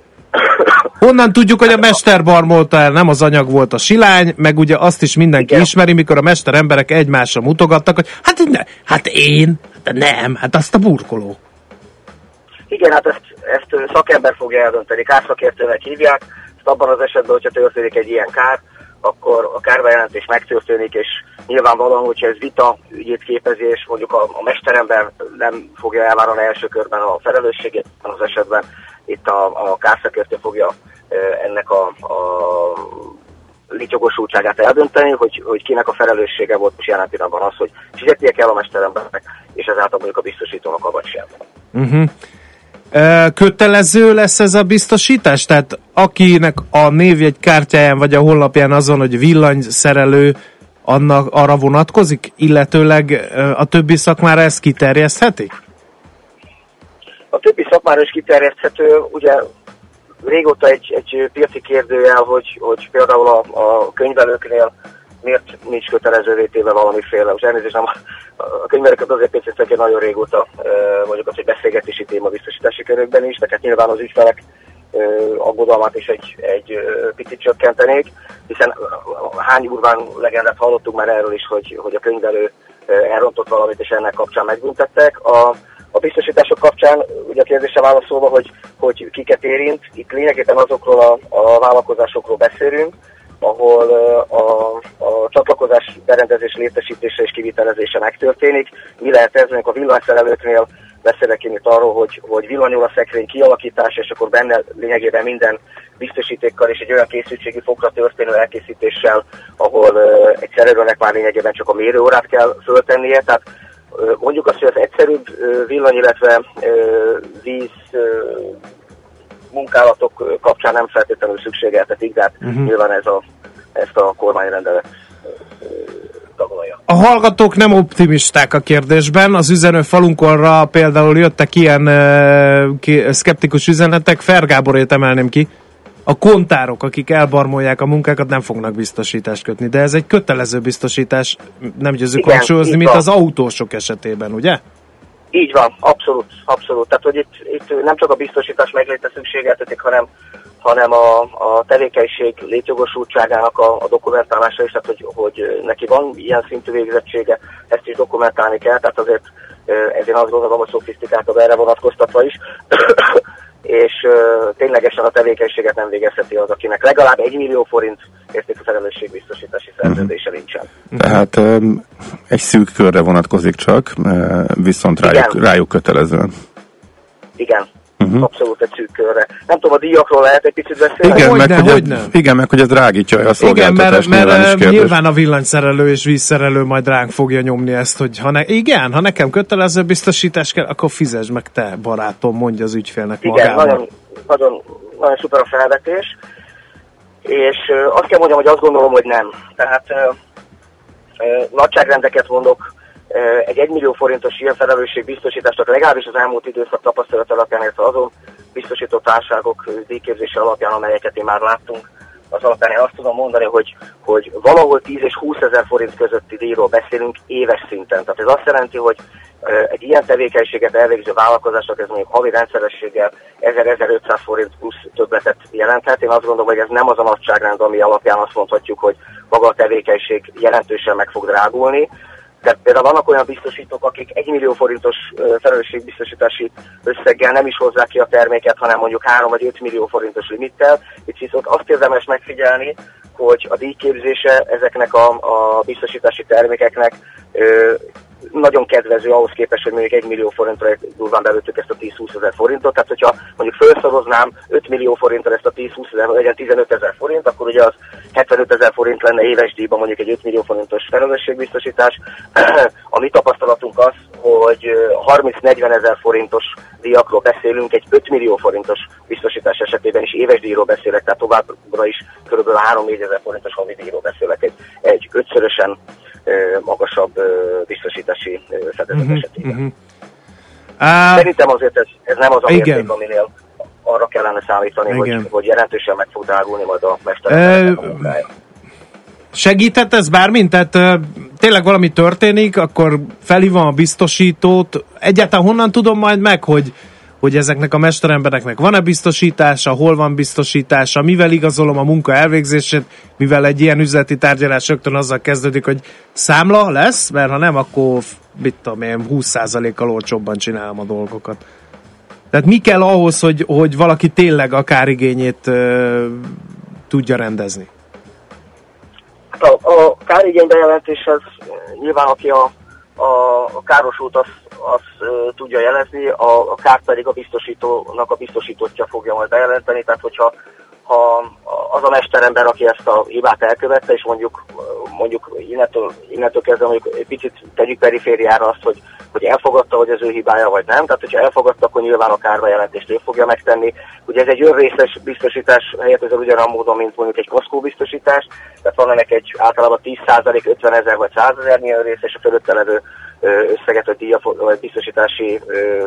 Honnan tudjuk, hogy a mester barmolta el, nem az anyag volt a silány, meg ugye azt is mindenki ismeri, mikor a mester emberek egymásra mutogattak, hogy hát azt a burkoló. Igen, hát ezt szakember fogja eldönteni, kárszakértőnek hívják, ezt abban az esetben, hogyha történik egy ilyen kár, akkor a kárbejelentés megtörténik, és nyilvánvalóan, hogyha ez vita ügyét képezi, és mondjuk a mesterember nem fogja elvállalni első körben a felelősségét, az esetben itt a kárszakértő fogja ennek a létjogosultságát eldönteni, hogy kinek a felelőssége volt, és jelen pillanatban az, hogy fizetnie kell a mesterembernek, és ezáltal mondjuk a biztosítónak avagy sem. Kötelező lesz ez a biztosítás? Tehát akinek a névjegykártyáján vagy a honlapján azon, hogy villanyszerelő, arra vonatkozik, illetőleg a többi szakmára ezt kiterjesztheti? A többi szakmára is kiterjeszthető, ugye régóta egy piaci kérdőjel, hogy például a könyvelőknél miért nincs kötelezővé téve valamiféle, most elnézést, a könyvelőket azért pénzítek nagyon régóta, mondjuk az, hogy beszélgetési téma biztosítási körökben is, de hát nyilván az ügyfelek aggodalmát is egy picit csökkentenék, hiszen hány urván legendát hallottunk már erről is, hogy a könyvelő elrontott valamit, és ennek kapcsán megbüntettek. A biztosítások kapcsán, ugye a kérdésre válaszolva, hogy kiket érint, itt lényegében azokról a vállalkozásokról beszélünk, ahol a csatlakozás berendezés létesítése és kivitelezése megtörténik. Mi lehet ez, mondjuk a villanyszerelőknél beszélek én itt arról, hogy villanyóra szekrény kialakítása, és akkor benne lényegében minden biztosítékkal és egy olyan készültségi fokra történő elkészítéssel, ahol egy szerelőnek már lényegében csak a mérőórát kell föltennie. Tehát mondjuk azt, hogy az egyszerűbb villany, illetve víz munkálatok kapcsán nem feltétlenül szükségeltetik, de nyilván ezt a kormányrendelet tagolja. A hallgatók nem optimisták a kérdésben. Az üzenőfalunkonra például jöttek ilyen szkeptikus üzenetek, Fergáborét emelném ki. A kontárok, akik elbarmolják a munkákat, nem fognak biztosítást kötni, de ez egy kötelező biztosítás, nem győzzük hangsúlyozni, mint az autósok esetében, ugye? Így van, abszolút. Tehát, hogy itt nem csak a biztosítás megléte szükségeltetik, hanem hanem a tevékenység létjogosultságának a dokumentálása is, tehát hogy neki van ilyen szintű végzettsége, ezt is dokumentálni kell, tehát azért ezért azt gondolom, hogy szofisztikáltabb erre vonatkoztatva is, és ténylegesen a tevékenységet nem végezheti az, akinek legalább 1 millió forint értékű felelősségbiztosítási szerződése nincsen. Tehát egy szűk körre vonatkozik csak, viszont rájuk kötelezően. Igen. Abszolút egy szűk körre. Nem tudom, a díjakról lehet egy picit beszélni? Igen, meg hogy ez drágítja a szolgáltatást. Igen, mert nyilván a villanyszerelő és vízszerelő majd ránk fogja nyomni ezt, hogy ha nekem kötelező biztosítás kell, akkor fizesd meg te, barátom, mondja az ügyfélnek magában. Igen, nagyon szuper a felvetés, és azt kell mondjam, hogy azt gondolom, hogy nem. Tehát nagyságrendeket mondok, egy 1 millió forintos ilyen felelősségbiztosításnak legalábbis az elmúlt időszak tapasztalat alapján, illetve azon biztosító társaságok díjképzése alapján, amelyeket én már láttunk, az alapján én azt tudom mondani, hogy valahol 10 és 20 ezer forint közötti díjról beszélünk éves szinten. Tehát ez azt jelenti, hogy egy ilyen tevékenységet elvégző vállalkozásnak ez mondjuk havi rendszerességgel 1000-1500 forint plusz többletet jelenthet. Én azt gondolom, hogy ez nem az a nagyságrend, ami alapján azt mondhatjuk, hogy maga a tevékenység jelentősen meg fog drágulni. Tehát például vannak olyan biztosítók, akik 1 millió forintos felelősségbiztosítási összeggel nem is hozzák ki a terméket, hanem mondjuk 3 vagy 5 millió forintos limittel. Itt viszont azt érdemes megfigyelni, hogy a díjképzése ezeknek a biztosítási termékeknek nagyon kedvező ahhoz képest, hogy mondjuk 1 millió forintra durván belőttük ezt a 10-20 ezer forintot. Tehát, hogyha mondjuk felszoroznám 5 millió forintra ezt a 10-20 ezer, legyen 15 ezer forint, akkor ugye az 75 ezer forint lenne éves díjban mondjuk egy 5 millió forintos felelősségbiztosítás. A mi tapasztalatunk az, hogy 30-40 ezer forintos díjakról beszélünk, egy 5 millió forintos biztosítás esetében is éves díjról beszélek, tehát továbbra is kb. 3-4 ezer forintos havi díjról beszélek egy 5-szörösen magasabb biztosítási fedezet esetében. Szerintem azért ez nem az a mérték, aminél arra kellene számítani, hogy jelentősen meg fog drágulni majd a mesterek munkája. Segíthet ez bármint? Tehát tényleg valami történik, akkor felhívom a biztosítót. Egyáltalán honnan tudom majd meg, hogy ezeknek a mesterembereknek van-e biztosítása, hol van biztosítása, mivel igazolom a munka elvégzését, mivel egy ilyen üzleti tárgyalás rögtön azzal kezdődik, hogy számla lesz, mert ha nem, akkor mit tudom én, 20%-kal olcsóbban csinálom a dolgokat. Tehát mi kell ahhoz, hogy valaki tényleg a kárigényét tudja rendezni? A kárigénybejelentéshez nyilván, aki a károsult, azt tudja jelezni, a kárt pedig a biztosítónak a biztosítottja fogja majd bejelenteni, tehát hogyha az a mesterember, aki ezt a hibát elkövette, és mondjuk innentől kezdve mondjuk egy picit tegyük perifériára azt, hogy elfogadta, hogy ez ő hibája, vagy nem. Tehát, hogyha elfogadta, akkor nyilván a kárbejelentést ő fogja megtenni. Ugye ez egy önrészes biztosítás helyett ezzel ugyanolyan módon, mint mondjuk egy kaszkó biztosítás. Tehát van ennek egy általában 10%, 50 ezer vagy 100 ezernyi önrész, és a fölötte levő összeget, vagy biztosítási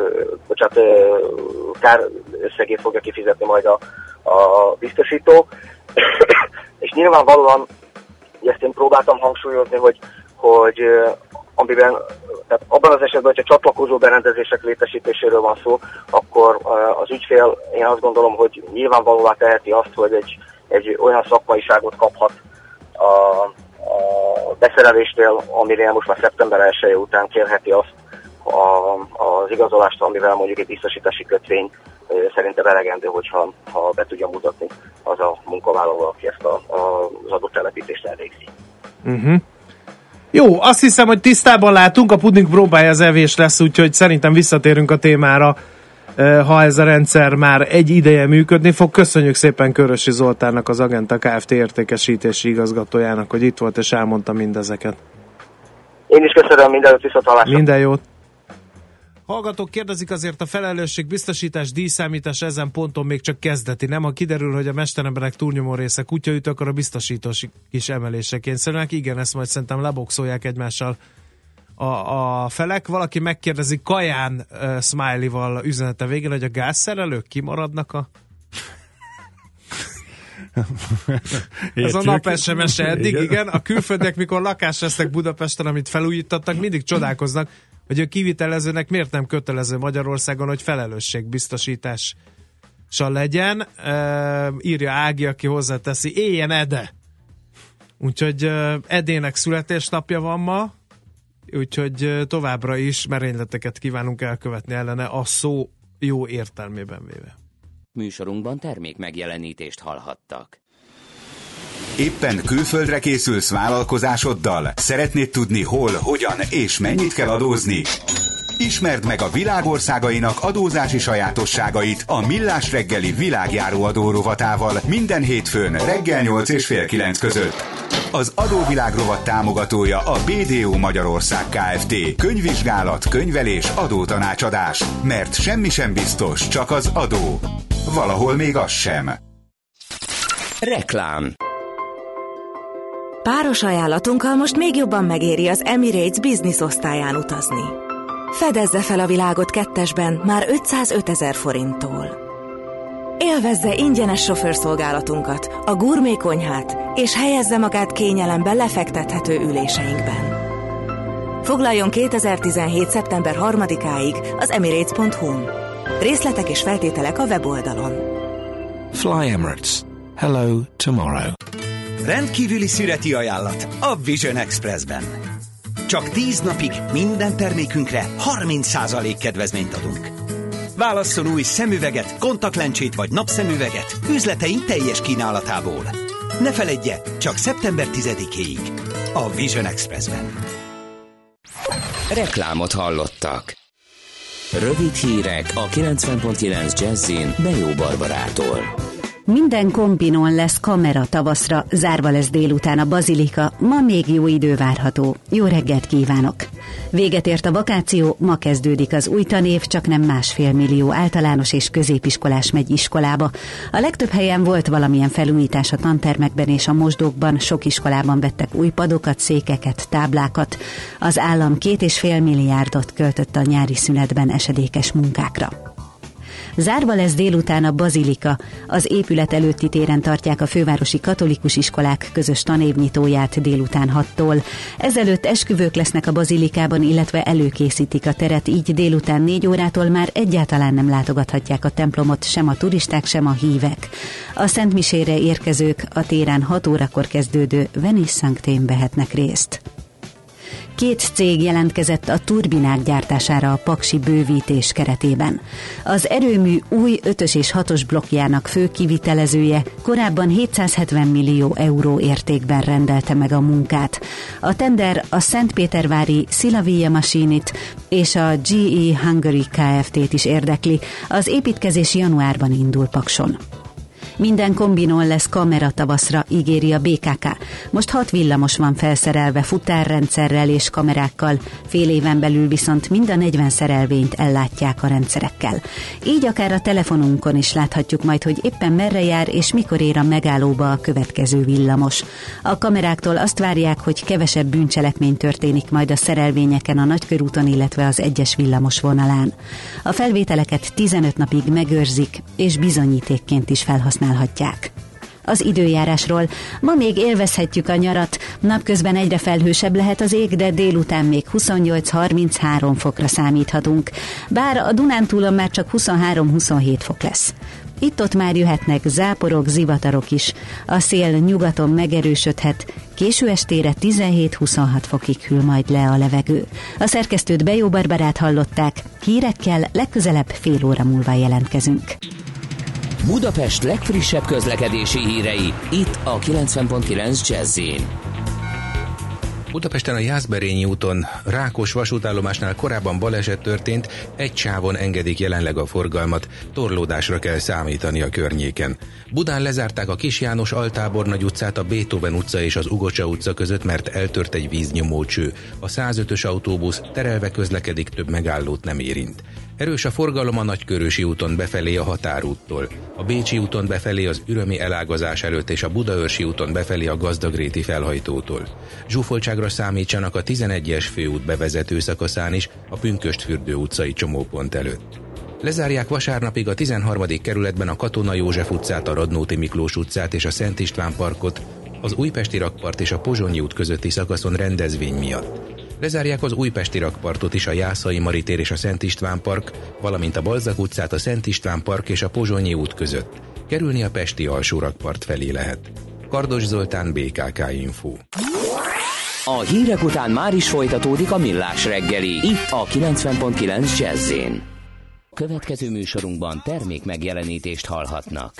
kár összegét fogja kifizetni majd a biztosító. És nyilvánvalóan, ezt én próbáltam hangsúlyozni, hogy amiben, tehát abban az esetben, hogyha csatlakozó berendezések létesítéséről van szó, akkor az ügyfél, én azt gondolom, hogy nyilvánvalóvá teheti azt, hogy egy olyan szakmaiságot kaphat a beszereléstől, amire most már szeptember 1-e után kérheti azt az igazolást, amivel mondjuk egy biztosítási kötvény szerintem elegendő, hogyha be tudja mutatni az a munkavállaló, aki ezt az adott telepítést elvégzi. Jó, azt hiszem, hogy tisztában látunk, a puding próbálja az evés lesz, úgyhogy szerintem visszatérünk a témára, ha ez a rendszer már egy ideje működni fog. Köszönjük szépen Körösi Zoltánnak, az Agenta Kft. Értékesítési igazgatójának, hogy itt volt és elmondta mindezeket. Én is köszönöm, mindenütt viszontlátásra. Minden jót. Hallgatók kérdezik, azért a felelősségbiztosítás, díjszámítás ezen ponton még csak kezdeti, nem? Ha kiderül, hogy a mesteremberek túlnyomó része kutyaüt, akkor a biztosítós is emelésre kényszerülnek. Igen, ezt majd szerintem leboxolják egymással a felek. Valaki megkérdezi Kaján smiley-val üzenete végén, hogy a gázszerelők kimaradnak ez a nap SMS-e eddig, igen. A külföldiek, mikor lakást vesznek Budapesten, amit felújítottak, mindig csodálkoznak, hogy a kivitelezőnek miért nem kötelező Magyarországon, hogy felelősségbiztosítás legyen. Írja Ági, aki hozzáteszi, éljen Ede! Úgyhogy Edének születésnapja van ma, úgyhogy továbbra is merényleteket kívánunk elkövetni ellene a szó jó értelmében véve. Műsorunkban termék megjelenítést hallhattak. Éppen külföldre készülsz vállalkozásoddal? Szeretnéd tudni hol, hogyan és mennyit kell adózni? Ismerd meg a világ országainak adózási sajátosságait a Millás reggeli világjáró adó rovatával minden hétfőn reggel 8 és fél 9 között. Az adóvilág rovat támogatója a BDO Magyarország Kft. Könyvvizsgálat, könyvelés, adótanácsadás. Mert semmi sem biztos, csak az adó. Valahol még az sem. Reklám. Páros ajánlatunkkal most még jobban megéri az Emirates Business osztályán utazni. Fedezze fel a világot kettesben már 505 000 forinttól. Élvezze ingyenes sofőrszolgálatunkat, a gurmé konyhát, és helyezze magát kényelemben lefektethető üléseinkben. Foglaljon 2017. szeptember 3-áig az emirates.hu-n. Részletek és feltételek a weboldalon. Fly Emirates. Hello tomorrow. Rendkívüli szüreti ajánlat a Vision Expressben. Csak 10 napig minden termékünkre 30% kedvezményt adunk. Válasszon új szemüveget, kontaktlencsét vagy napszemüveget üzleteink teljes kínálatából. Ne feledje, csak szeptember 10-éig a Vision Expressben. Reklámot hallottak. Rövid hírek a 90.9 Jazzin Bejó Barbarától. Minden kombinon lesz kamera tavaszra, zárva lesz délután a bazilika, ma még jó idő várható. Jó reggelt kívánok! Véget ért a vakáció, ma kezdődik az új tanév, csak nem 1,5 millió általános és középiskolás megy iskolába. A legtöbb helyen volt valamilyen felújítás a tantermekben és a mosdókban, sok iskolában vettek új padokat, székeket, táblákat. Az állam 2,5 milliárdot költött a nyári szünetben esedékes munkákra. Zárva lesz délután a bazilika. Az épület előtti téren tartják a fővárosi katolikus iskolák közös tanévnyitóját délután 6-tól. Ezelőtt esküvők lesznek a bazilikában, illetve előkészítik a teret, így délután 4 órától már egyáltalán nem látogathatják a templomot sem a turisták, sem a hívek. A szentmisére érkezők a téren 6 órakor kezdődő Venice Sanctén vehetnek részt. 2 cég jelentkezett a turbinák gyártására a paksi bővítés keretében. Az erőmű új 5-ös és 6-os blokkjának fő kivitelezője korábban 770 millió euró értékben rendelte meg a munkát. A tender a szentpétervári Silavia Machinit és a GE Hungary Kft-t is érdekli. Az építkezés januárban indul Pakson. Minden kombinon lesz kamera tavaszra, ígéri a BKK. Most 6 villamos van felszerelve futárrendszerrel és kamerákkal, fél éven belül viszont mind a 40 szerelvényt ellátják a rendszerekkel. Így akár a telefonunkon is láthatjuk majd, hogy éppen merre jár és mikor ér a megállóba a következő villamos. A kameráktól azt várják, hogy kevesebb bűncselekmény történik majd a szerelvényeken a Nagykörúton, illetve az egyes villamos vonalán. A felvételeket 15 napig megőrzik, és bizonyítékként is felhasználhatják. Az időjárásról. Ma még élvezhetjük a nyarat, napközben egyre felhősebb lehet az ég, de délután még 28-33 fokra számíthatunk. Bár a Dunántúlon már csak 23-27 fok lesz. Itt-ott már jöhetnek záporok, zivatarok is. A szél nyugaton megerősödhet, késő estére 17-26 fokig hűl majd le a levegő. A szerkesztőt Bejó Barbarát hallották, hírekkel legközelebb fél óra múlva jelentkezünk. Budapest legfrissebb közlekedési hírei, itt a 90.9 Jazz-in. Budapesten a Jászberényi úton Rákos vasútállomásnál korábban baleset történt, egy sávon engedik jelenleg a forgalmat, torlódásra kell számítani a környéken. Budán lezárták a Kis János Altábornagy utcát a Beethoven utca és az Ugocsa utca között, mert eltört egy víznyomócső. A 105-ös autóbusz terelve közlekedik, több megállót nem érint. Erős a forgalom a Nagykörösi úton befelé a Határúttól, a Bécsi úton befelé az Ürömi elágazás előtt és a Budaörsi úton befelé a Gazdagréti felhajtótól. Zsúfoltságra számítsanak a 11-es főút bevezető szakaszán is, a Pünkösdfürdő utcai csomópont előtt. Lezárják vasárnapig a 13. kerületben a Katona József utcát, a Radnóti Miklós utcát és a Szent István parkot, az Újpesti Rakpart és a Pozsonyi út közötti szakaszon rendezvény miatt. Lezárják az újpesti rakpartot is, a Jászai Mari tér és a Szent István park, valamint a Balzak utcát a Szent István park és a Pozsonyi út között. Kerülni a pesti alsó rakpart felé lehet. Kardos Zoltán, BKK Info. A hírek után már is folytatódik a Millás reggeli, itt a 90.9 Jazz-én. Következő műsorunkban termék megjelenítést hallhatnak.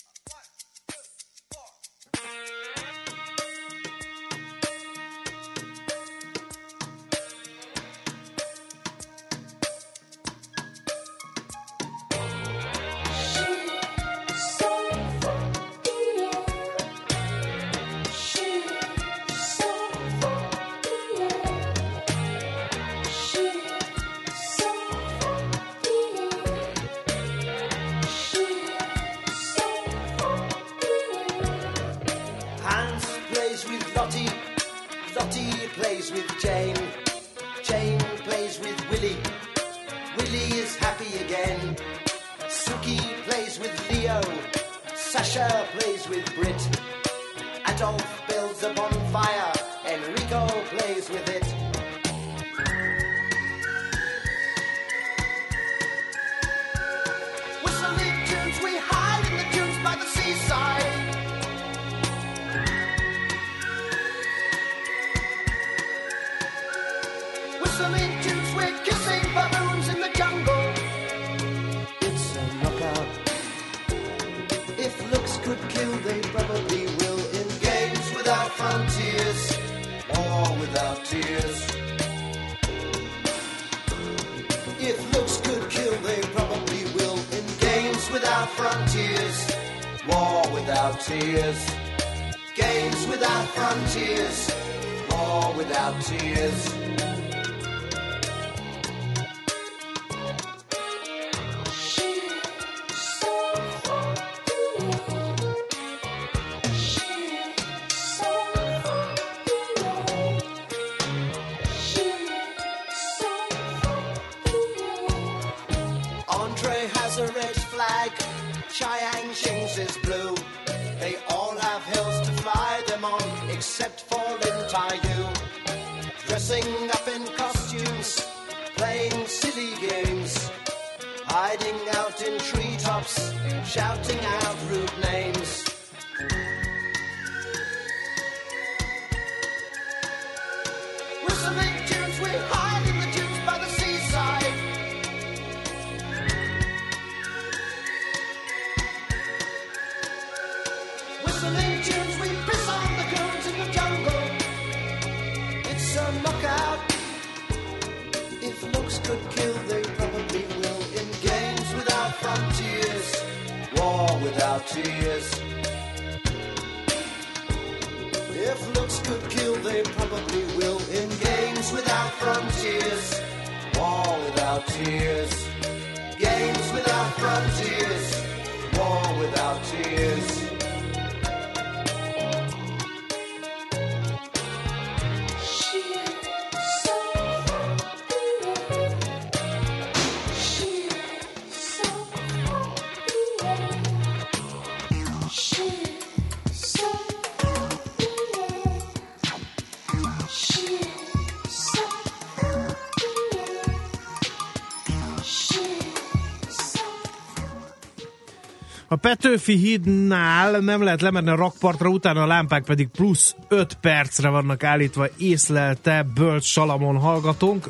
A Petőfi hídnál nem lehet lemenni a rakpartra, utána a lámpák pedig plusz 5 percre vannak állítva, észlelte Bölcs Salamon hallgatónk.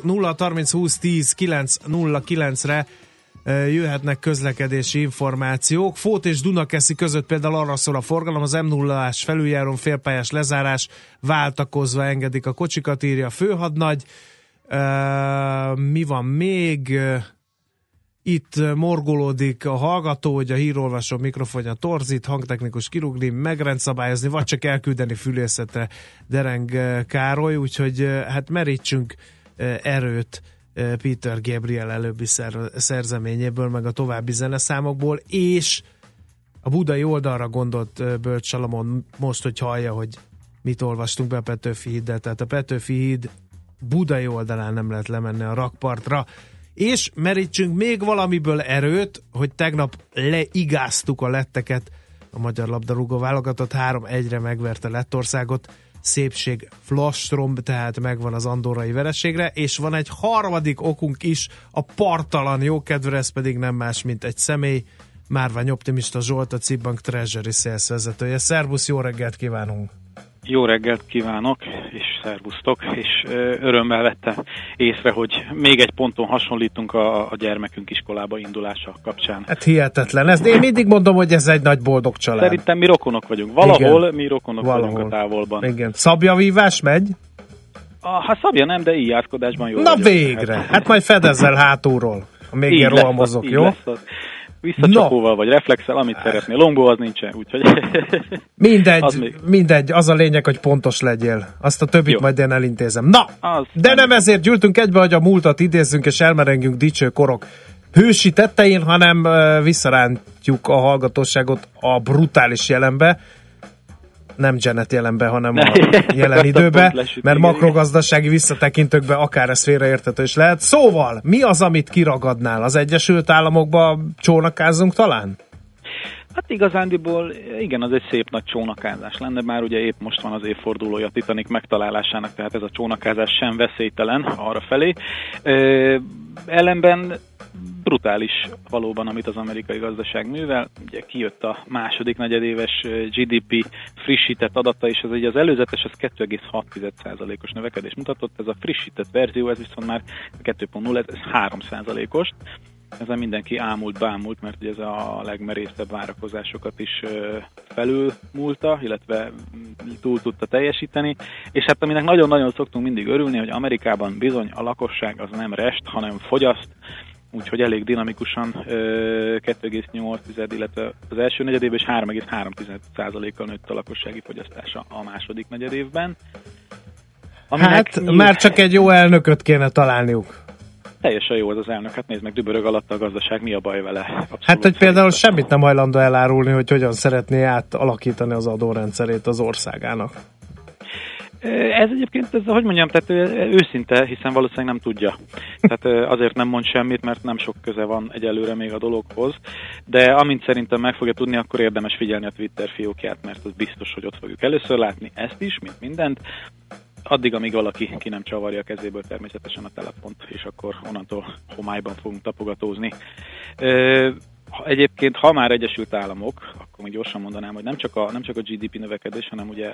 0-30-20-10-9-09-re jöhetnek közlekedési információk. Fót és Dunakeszi között például arra szól a forgalom, az M0-ás felüljárón félpályás lezárás, váltakozva engedik a kocsikat, írja a főhadnagy. Mi van még? Itt morgolódik a hallgató, hogy a hírolvasó mikrofonja torzít, hangtechnikus kirúgni, megrendszabályozni, vagy csak elküldeni fülészetre, dereng Károly, úgyhogy hát merítsünk erőt Peter Gabriel előbbi szerzeményéből, meg a további zeneszámokból, és a budai oldalra gondolt Bölcs Salamon most, hogy hallja, hogy mit olvastunk be a Petőfi híddel, tehát a Petőfi híd budai oldalán nem lehet lemenni a rakpartra. És merítsünk még valamiből erőt, hogy tegnap leigáztuk a letteket, a magyar labdarúgó válogatott 3-1-re megverte Lettországot, szépség flastrom, tehát megvan az andorrai vereségre, és van egy harmadik okunk is, a parttalan jókedvre, ez pedig nem más, mint egy személy, Márvány Optimista Zsolt, a Cibbank Treasury Sales vezetője. Szervusz, jó reggelt kívánunk! Jó reggelt kívánok, és szervusztok, és örömmel vettem észre, hogy még egy ponton hasonlítunk a gyermekünk iskolába indulása kapcsán. Hát hihetetlen. Én mindig mondom, hogy ez egy nagy boldog család. Szerintem mi rokonok vagyunk. Valahol igen, mi rokonok vagyunk a távolban. Igen. Szabjavívás megy? Hát szabja nem, de íjátszkodásban jó. Na vagyok. Végre! Hát majd fedezzel hátulról. Még ilyen rohamozok, jó? Visszacsapóval vagy reflexel, amit szeretnél. Longbow az nincsen, úgyhogy... Mindegy, az a lényeg, hogy pontos legyél. Azt a többit majd én elintézem. Na, de nem ezért gyűltünk egybe, hogy a múltat idézzünk és elmerengjünk dicső korok hősi tettein, hanem visszarántjuk a hallgatóságot a brutális jelenbe. Nem Janet jelenbe, hanem a jelen időbe, mert makrogazdasági visszatekintőkbe akár ez félreérthető is lehet. Szóval, mi az, amit kiragadnál? Az Egyesült Államokba csónakázzunk talán? Hát igazándiból igen, az egy szép nagy csónakázás lenne, már ugye épp most van az évfordulója a Titanic megtalálásának, tehát ez a csónakázás sem veszélytelen arra felé. Ellenben brutális valóban, amit az amerikai gazdaság művel. Ugye kijött a második negyedéves GDP frissített adata, és ez ugye az előzetes, az 2,6%-os növekedés mutatott, ez a frissített verzió, ez viszont már 2.0, ez 3%-os. Ezen mindenki bámult, mert ugye ez a legmerészebb várakozásokat is felülmúlta, illetve túl tudta teljesíteni. És hát aminek nagyon-nagyon szoktunk mindig örülni, hogy Amerikában bizony a lakosság az nem rest, hanem fogyaszt, úgyhogy elég dinamikusan 2,8, illetve az első negyedévben és 3,3%-kal nőtt a lakossági fogyasztása a második negyedévben. Hát már csak egy jó elnököt kéne találniuk. Teljesen jó az elnök, hát nézd meg, dübörög alatt a gazdaság, mi a baj vele? Abszolút hát, hogy például semmit nem hajlandó elárulni, hogy hogyan szeretné átalakítani az adórendszerét az országának. Ez egyébként, hogy mondjam, tehát őszinte, hiszen valószínűleg nem tudja. Tehát azért nem mond semmit, mert nem sok köze van egyelőre még a dologhoz. De amint szerintem meg fogja tudni, akkor érdemes figyelni a Twitter fiókját, mert az biztos, hogy ott fogjuk először látni ezt is, mint mindent. Addig, amíg valaki ki nem csavarja a kezéből természetesen a telefont, és akkor onnantól homályban fogunk tapogatózni. Egyébként, ha már Egyesült Államok, akkor még gyorsan mondanám, hogy nem csak a GDP növekedés, hanem ugye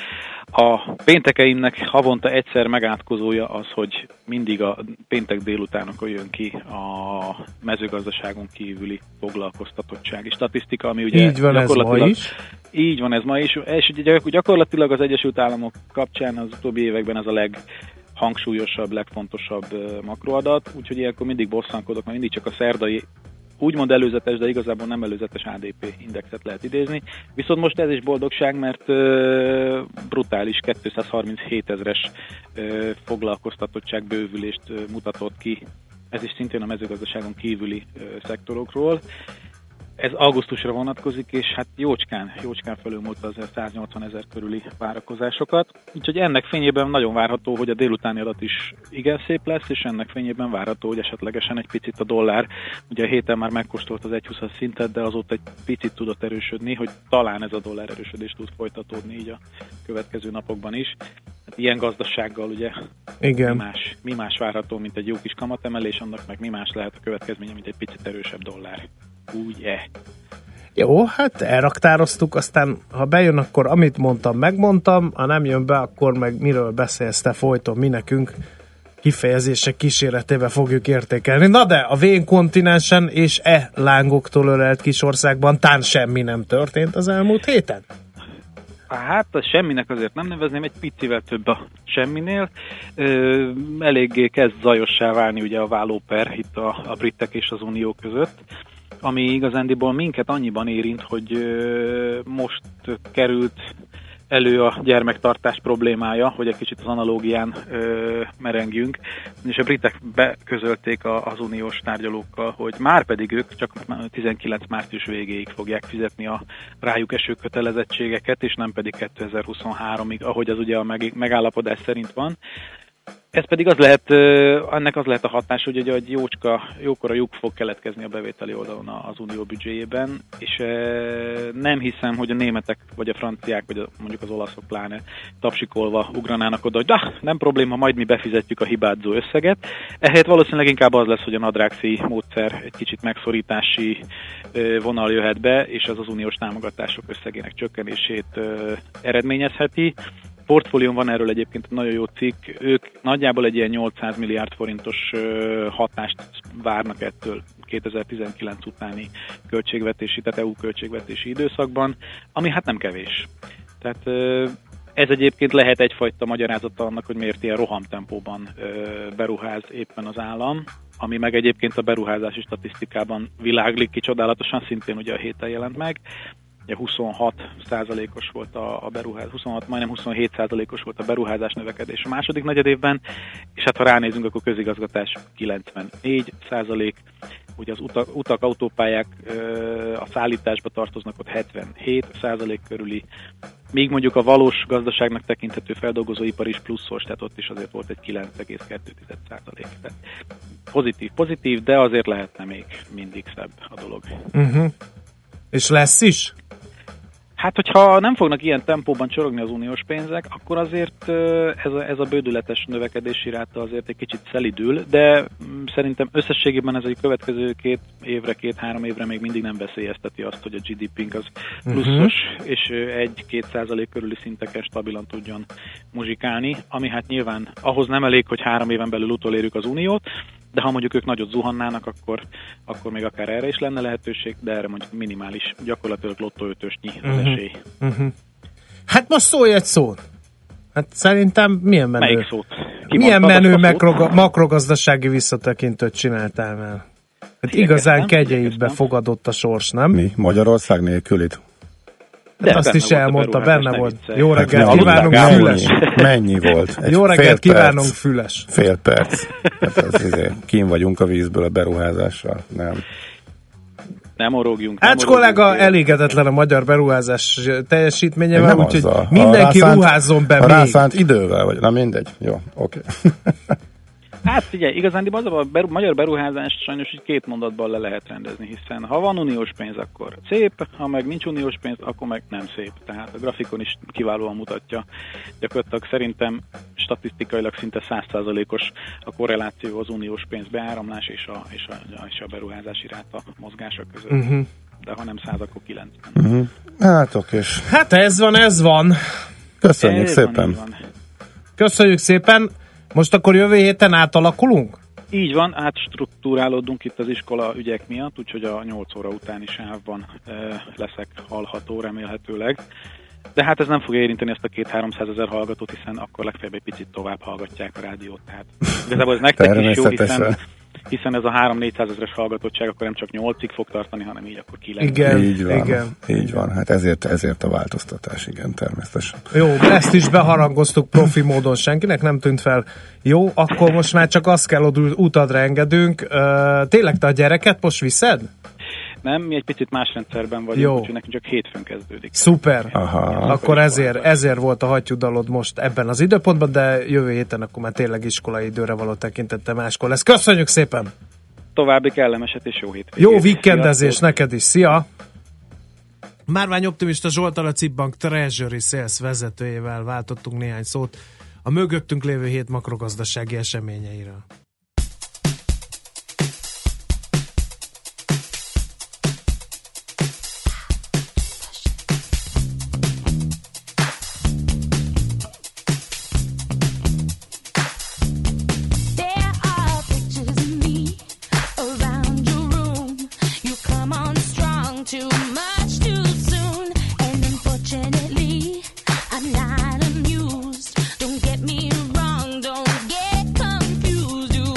a péntekeimnek havonta egyszer megátkozója az, hogy mindig a péntek délutánokon jön ki a mezőgazdaságon kívüli foglalkoztatottsági statisztika, ami ugye így van ez ma is. Így van ez ma is, és ugye gyakorlatilag az Egyesült Államok kapcsán az utóbbi években ez a leghangsúlyosabb, legfontosabb makroadat, úgyhogy ilyenkor mindig bosszankodok, mert mindig csak a szerdai úgymond előzetes, de igazából nem előzetes ADP indexet lehet idézni. Viszont most ez is boldogság, mert brutális 237 000-es foglalkoztatottság bővülést mutatott ki. Ez is szintén a mezőgazdaságon kívüli szektorokról. Ez augusztusra vonatkozik, és hát jócskán felülmúlta az 180 000 körüli várakozásokat. Úgyhogy ennek fényében nagyon várható, hogy a délutáni adat is igen szép lesz, és ennek fényében várható, hogy esetlegesen egy picit a dollár, ugye a héten már megkóstolt az 1,20-as szintet, de azóta egy picit tudott erősödni, hogy talán ez a dollár erősödés tud folytatódni így a következő napokban is. Hát ilyen gazdasággal ugye igen. Mi más várható, mint egy jó kis kamatemelés, annak meg mi más lehet a következménye, mint egy picit erősebb dollár. Ugye? Jó, hát elraktároztuk, aztán ha bejön, akkor amit mondtam, megmondtam, ha nem jön be, akkor meg miről beszélsz te folyton, mi nekünk kifejezések kíséretébe fogjuk értékelni. Na de a vén kontinensen és lángoktól ölelt kis országban tán semmi nem történt az elmúlt héten? Hát a semminek azért nem nevezném, egy picivel több a semminél. Eléggé kezd zajossá válni ugye a vállóper itt a britek és az unió között, ami igazándiból minket annyiban érint, hogy most került elő a gyermektartás problémája, hogy egy kicsit az analógián merengjünk, és a britek beközölték az uniós tárgyalókkal, hogy már pedig ők csak 19 március végéig fogják fizetni a rájuk eső kötelezettségeket, és nem pedig 2023-ig, ahogy az ugye a megállapodás szerint van. Ez pedig ennek az lehet a hatás, hogy egy jókora lyuk fog keletkezni a bevételi oldalon az unió büdzséjében, és nem hiszem, hogy a németek, vagy a franciák, vagy mondjuk az olaszok pláne tapsikolva ugranának oda, hogy nem probléma, majd mi befizetjük a hibázó összeget. Ehelyett valószínűleg inkább az lesz, hogy a nadrágszi módszer egy kicsit megszorítási vonal jöhet be, és az uniós támogatások összegének csökkenését eredményezheti. Portfólión van erről egyébként nagyon jó cikk, ők nagyjából egy ilyen 800 milliárd forintos hatást várnak ettől 2019 utáni költségvetési, tehát EU költségvetési időszakban, ami hát nem kevés. Tehát ez egyébként lehet egyfajta magyarázata annak, hogy miért ilyen rohamtempóban beruház éppen az állam, ami meg egyébként a beruházási statisztikában világlik ki csodálatosan, szintén ugye a héten jelent meg. 26%-os volt a beruházás, majdnem 27%-os volt a beruházás növekedés a második negyedévben, és hát ha ránézünk, akkor közigazgatás 94%, ugye az utak, autópályák a szállításba tartoznak, ott 77% körüli, míg mondjuk a valós gazdaságnak tekinthető feldolgozóipar is pluszos, tehát ott is azért volt egy 9,2%. Pozitív, de azért lehetne még mindig szebb a dolog. És lesz is? Hát, hogyha nem fognak ilyen tempóban csorogni az uniós pénzek, akkor azért ez a bődületes növekedési ráta azért egy kicsit szelidül, de szerintem összességében ez egy következő 2-3 évre még mindig nem veszélyezteti azt, hogy a GDP-nk az pluszos, és 1-2% körüli szinteken stabilan tudjon muzsikálni, ami hát nyilván ahhoz nem elég, hogy 3 éven belül utolérjük az uniót, de ha mondjuk ők nagyot zuhannának, akkor még akár erre is lenne lehetőség, de erre mondjuk minimális, gyakorlatilag lottóötösnyi az esély. Hát most szólj egy szót. Hát szerintem milyen menő. Melyik szót? Milyen menő makrogazdasági visszatekintőt csináltál már? Hát igazán kegyeidbe fogadott a sors, nem? Mi? Magyarország nélkülit? De azt is elmondta, benne volt. Jó reggelt kívánunk, Füles! Mennyi volt? Jó reggelt kívánunk, Füles! Fél perc. Hát kín vagyunk a vízből a beruházással. Nem orogjunk. Ács kollega elégedetlen a magyar beruházás teljesítményével, úgyhogy mindenki ruházzon be még. Rászánt idővel, vagy na mindegy. Jó, oké. Hát figyelj, igazándiból az a magyar beruházást sajnos így 2 mondatban le lehet rendezni, hiszen ha van uniós pénz, akkor szép, ha meg nincs uniós pénz, akkor meg nem szép. Tehát a grafikon is kiválóan mutatja. Gyakorlatilag szerintem statisztikailag szinte 100%-os a korreláció az uniós pénz beáramlás és a beruházási ráta mozgása között. De ha nem 100, akkor 90. Hát okés. Hát ez van. Köszönjük szépen. Köszönjük szépen. Most akkor jövő héten átalakulunk? Így van, átstruktúrálódunk itt az iskola ügyek miatt, úgyhogy a 8 óra utáni sávban leszek hallható remélhetőleg. De hát ez nem fogja érinteni ezt a 200-300 ezer hallgatót, hiszen akkor legfeljebb egy picit tovább hallgatják a rádiót. Tehát igazából ez nektek is jó, hiszen ez a 300-400 ezeres hallgatottság akkor nem csak 8-ig fog tartani, hanem így akkor 9. Így van. Hát ezért a változtatás, igen, természetesen. Jó, ezt is beharangoztuk profi módon, senkinek nem tűnt fel. Jó, akkor most már csak azt kell, hogy utadra engedünk. Tényleg te a gyereket most viszed? Nem, mi egy picit más rendszerben vagyunk, úgyhogy nekünk csak hétfőn kezdődik. Szuper! Akkor ezért volt a hattyúdalod most ebben az időpontban, de jövő héten akkor már tényleg iskolai időre való tekintettel máskor lesz. Köszönjük szépen! További kellemeset és jó hétvégét! Jó weekendezés neked is, szia! Márvány Optimista Zsoltal, a Cibbank Treasury Sales vezetőjével váltottunk néhány szót a mögöttünk lévő hét makrogazdasági eseményeiről. I'm not amused. Don't get me wrong, don't get confused.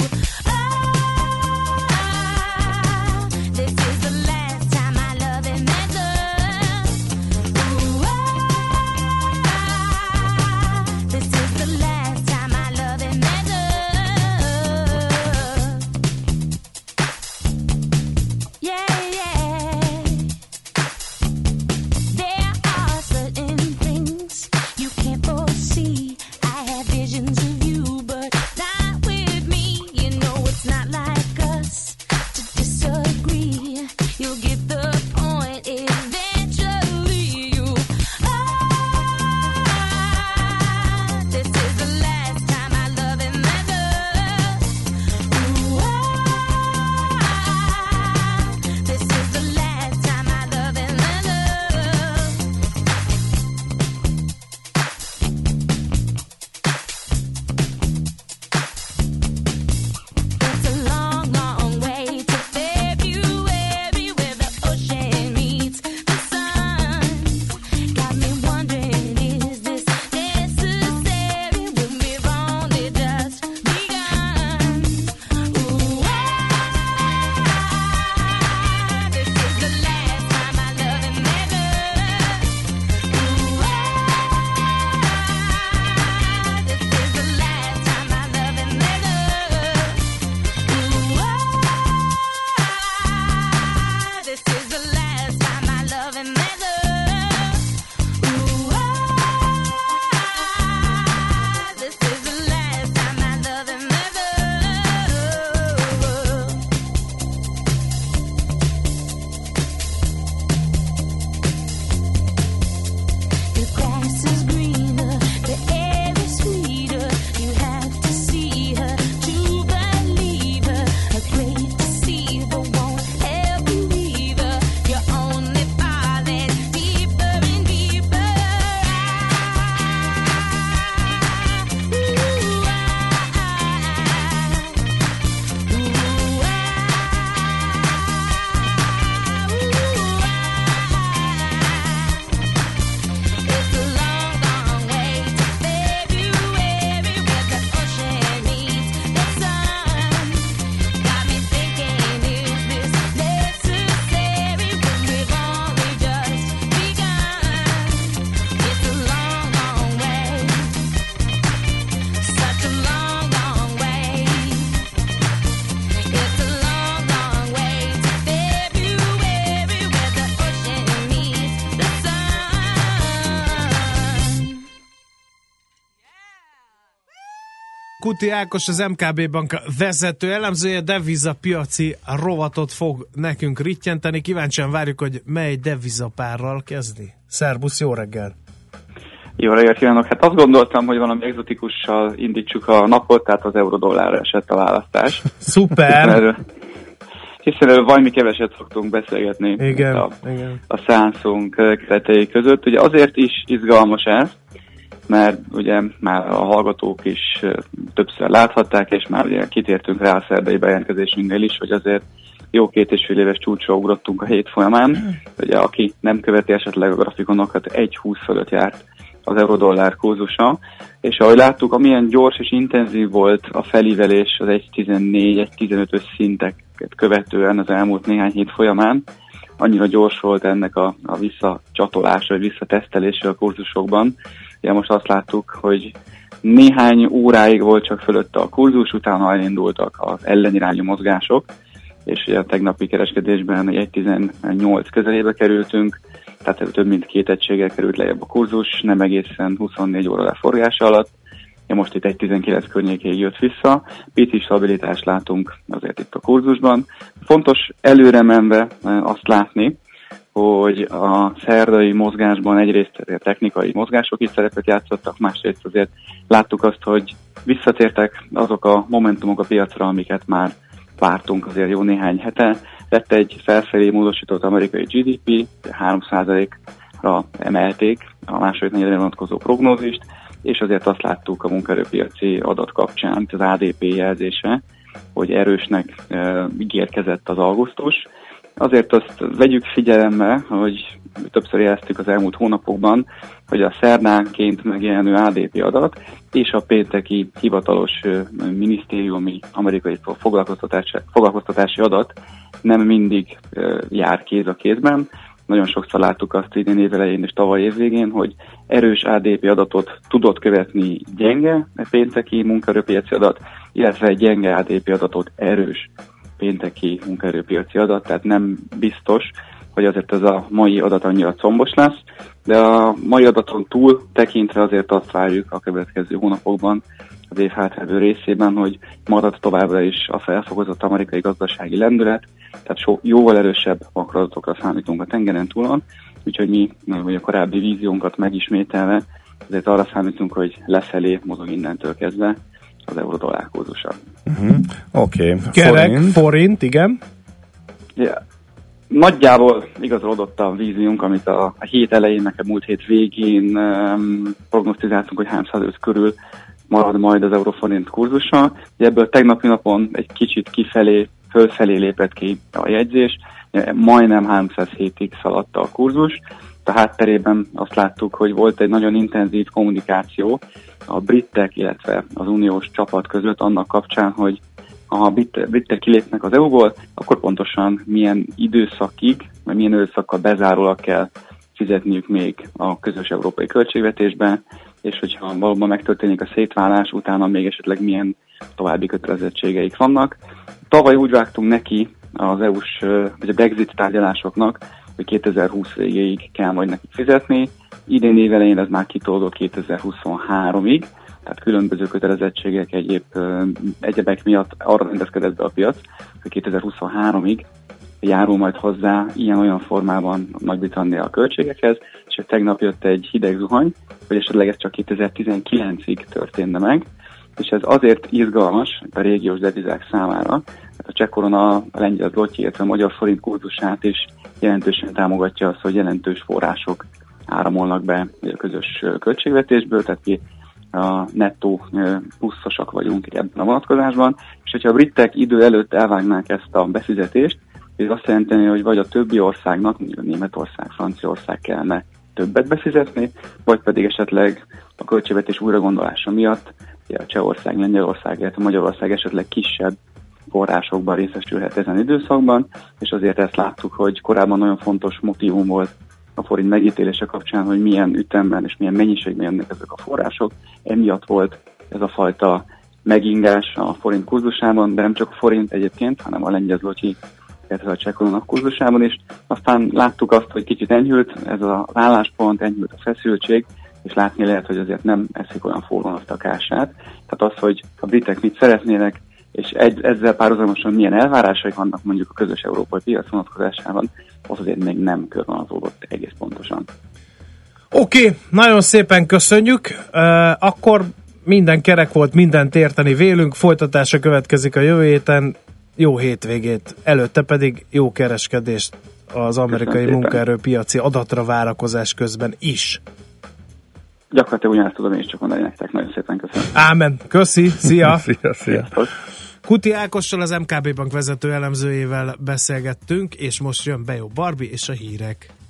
Kuti Ákos, az MKB Bank vezető elemzője, devizapiaci rovatot fog nekünk rittyenteni. Kíváncsian várjuk, hogy mely devizapárral kezdi. Szerbusz, jó reggel! Jó reggelt kívánok! Hát azt gondoltam, hogy valami egzotikussal indítsuk a napot, tehát az euró-dollárra esett a választás. Szuper! Hiszen erről valami keveset szoktunk beszélgetni igen. A szánszunk keretei között. Ugye azért is izgalmas ez, mert ugye már a hallgatók is többször láthatták, és már ugye kitértünk rá a szerdai bejelentkezésünknél is, hogy azért jó 2,5 éves csúcsra ugrottunk a hét folyamán. Ugye aki nem követi esetleg a grafikonokat, 1,20 fölött járt az euró-dollár kurzusa, és ahogy láttuk, amilyen gyors és intenzív volt a felívelés az 1,14-1,15-ös szinteket követően az elmúlt néhány hét folyamán, annyira gyors volt ennek a visszacsatolása, vagy visszatesztelése a kurzusokban. Ugye most azt láttuk, hogy néhány óráig volt csak fölötte a kurzus, utána elindultak az ellenirányú mozgások, és ugye a tegnapi kereskedésben 1,18 közelébe kerültünk, tehát több mint 2 egységgel került lejjebb a kurzus, nem egészen 24 óra leforgása alatt. Most itt 1,19 környékéig jött vissza, pici stabilitást látunk azért itt a kurzusban. Fontos előre menve azt látni, hogy a szerdai mozgásban egyrészt technikai mozgások is szerepet játszottak, másrészt azért láttuk azt, hogy visszatértek azok a momentumok a piacra, amiket már vártunk azért jó néhány hete. Lett egy felfelé módosított amerikai GDP, 3%-ra emelték a második negyedre vonatkozó prognózist, és azért azt láttuk a munkaerőpiaci adat kapcsán, az ADP jelzése, hogy erősnek ígérkezett az augusztus. Azért azt vegyük figyelembe, hogy többször jeleztük az elmúlt hónapokban, hogy a szerdánként megjelenő ADP adat és a pénteki hivatalos minisztériumi amerikai foglalkoztatási adat nem mindig jár kéz a kézben. Nagyon sokszor láttuk azt idén évelején és tavaly évvégén, hogy erős ADP adatot tudott követni gyenge pénteki munkaerőpiaci adat, illetve gyenge ADP adatot erős pénteki munkaerőpiaci adat, tehát nem biztos, hogy azért ez a mai adat annyira combos lesz, de a mai adaton túl tekintve azért azt várjuk a következő hónapokban, az év hátralévő részében, hogy marad továbbra is a felfokozott amerikai gazdasági lendület, tehát jóval erősebb makroadatokra számítunk a tengeren túlon, úgyhogy mi, vagy a korábbi víziónkat megismételve, azért arra számítunk, hogy lefelé mozog innentől kezdve az euró-dollár kurzusa. Oké. Forint, igen. Yeah. Nagyjából igazolódott a víziónk, amit a hét elején, nekem múlt hét végén prognosztizáltunk, hogy 305 körül marad majd az euróforint kurzusa. Ebből tegnapi napon egy kicsit fölfelé lépett ki a jegyzés, majdnem 307-ig szaladta a kurzus. A hátterében azt láttuk, hogy volt egy nagyon intenzív kommunikáció a britek, illetve az uniós csapat között annak kapcsán, hogy ha a britek kilépnek az EU-ból, akkor pontosan milyen időszakig, vagy milyen időszakkal bezárólag kell fizetniük még a közös európai költségvetésbe, és hogyha valóban megtörténik a szétválás, utána még esetleg milyen további kötelezettségeik vannak. Tavaly úgy vágtunk neki az EU-s, vagy a Brexit tárgyalásoknak, hogy 2020 végéig kell majd nekik fizetni. Idén évelején ez már kitolódott 2023-ig, tehát különböző kötelezettségek egyebek miatt arra rendezkedett be a piac, hogy 2023-ig járul majd hozzá ilyen-olyan formában Nagy-Britannia a költségekhez, és tegnap jött egy hideg zuhany, hogy esetleg ez csak 2019-ig történne meg, és ez azért izgalmas a régiós devizák számára, mert a cseh korona, a lengyel zloty, illetve a magyar forint kurzusát is jelentősen támogatja azt, hogy jelentős források áramolnak be a közös költségvetésből, tehát mi a nettó pluszosak vagyunk ebben a vonatkozásban, és hogyha a britek idő előtt elvágnák ezt a befizetést, ez azt jelenteni, hogy vagy a többi országnak, mondjuk a Németország, Franciaország kellene többet befizetni, vagy pedig esetleg a költségvetés újragondolása miatt a Csehország, Lengyelország, illetve Magyarország esetleg kisebb forrásokban részesülhet ezen időszakban, és azért ezt láttuk, hogy korábban nagyon fontos motívum volt a forint megítélése kapcsán, hogy milyen ütemben és milyen mennyiségben jönnek ezek a források. Emiatt volt ez a fajta megingás a forint kurzusában, de nem csak a forint egyébként, hanem a lengyel zloty, illetve a cseh korona kurzusában is. Aztán láttuk azt, hogy kicsit enyhült ez az álláspont, enyhült a feszültség, és látni lehet, hogy azért nem eszik olyan forrón azt a kását. Tehát az, hogy a britek mit szeretnének, és ezzel párhuzamosan milyen elvárásaik vannak mondjuk a közös európai piac vonatkozásában, az azért még nem körvonalazódott egész pontosan. Oké, nagyon szépen köszönjük. Akkor minden kerek volt, mindent érteni vélünk, folytatása következik a jövő héten. Jó hétvégét, előtte pedig jó kereskedést az amerikai munkaerőpiaci adatra várakozás közben is. Gyakorlatilag ugyanezt tudom én is csak mondani nektek. Nagyon szépen köszönöm. Ámen. Köszi. Szia. Szia. Kuti Ákossal, az MKB Bank vezető elemzőjével beszélgettünk, és most jön Bejó Barbi és a hírek.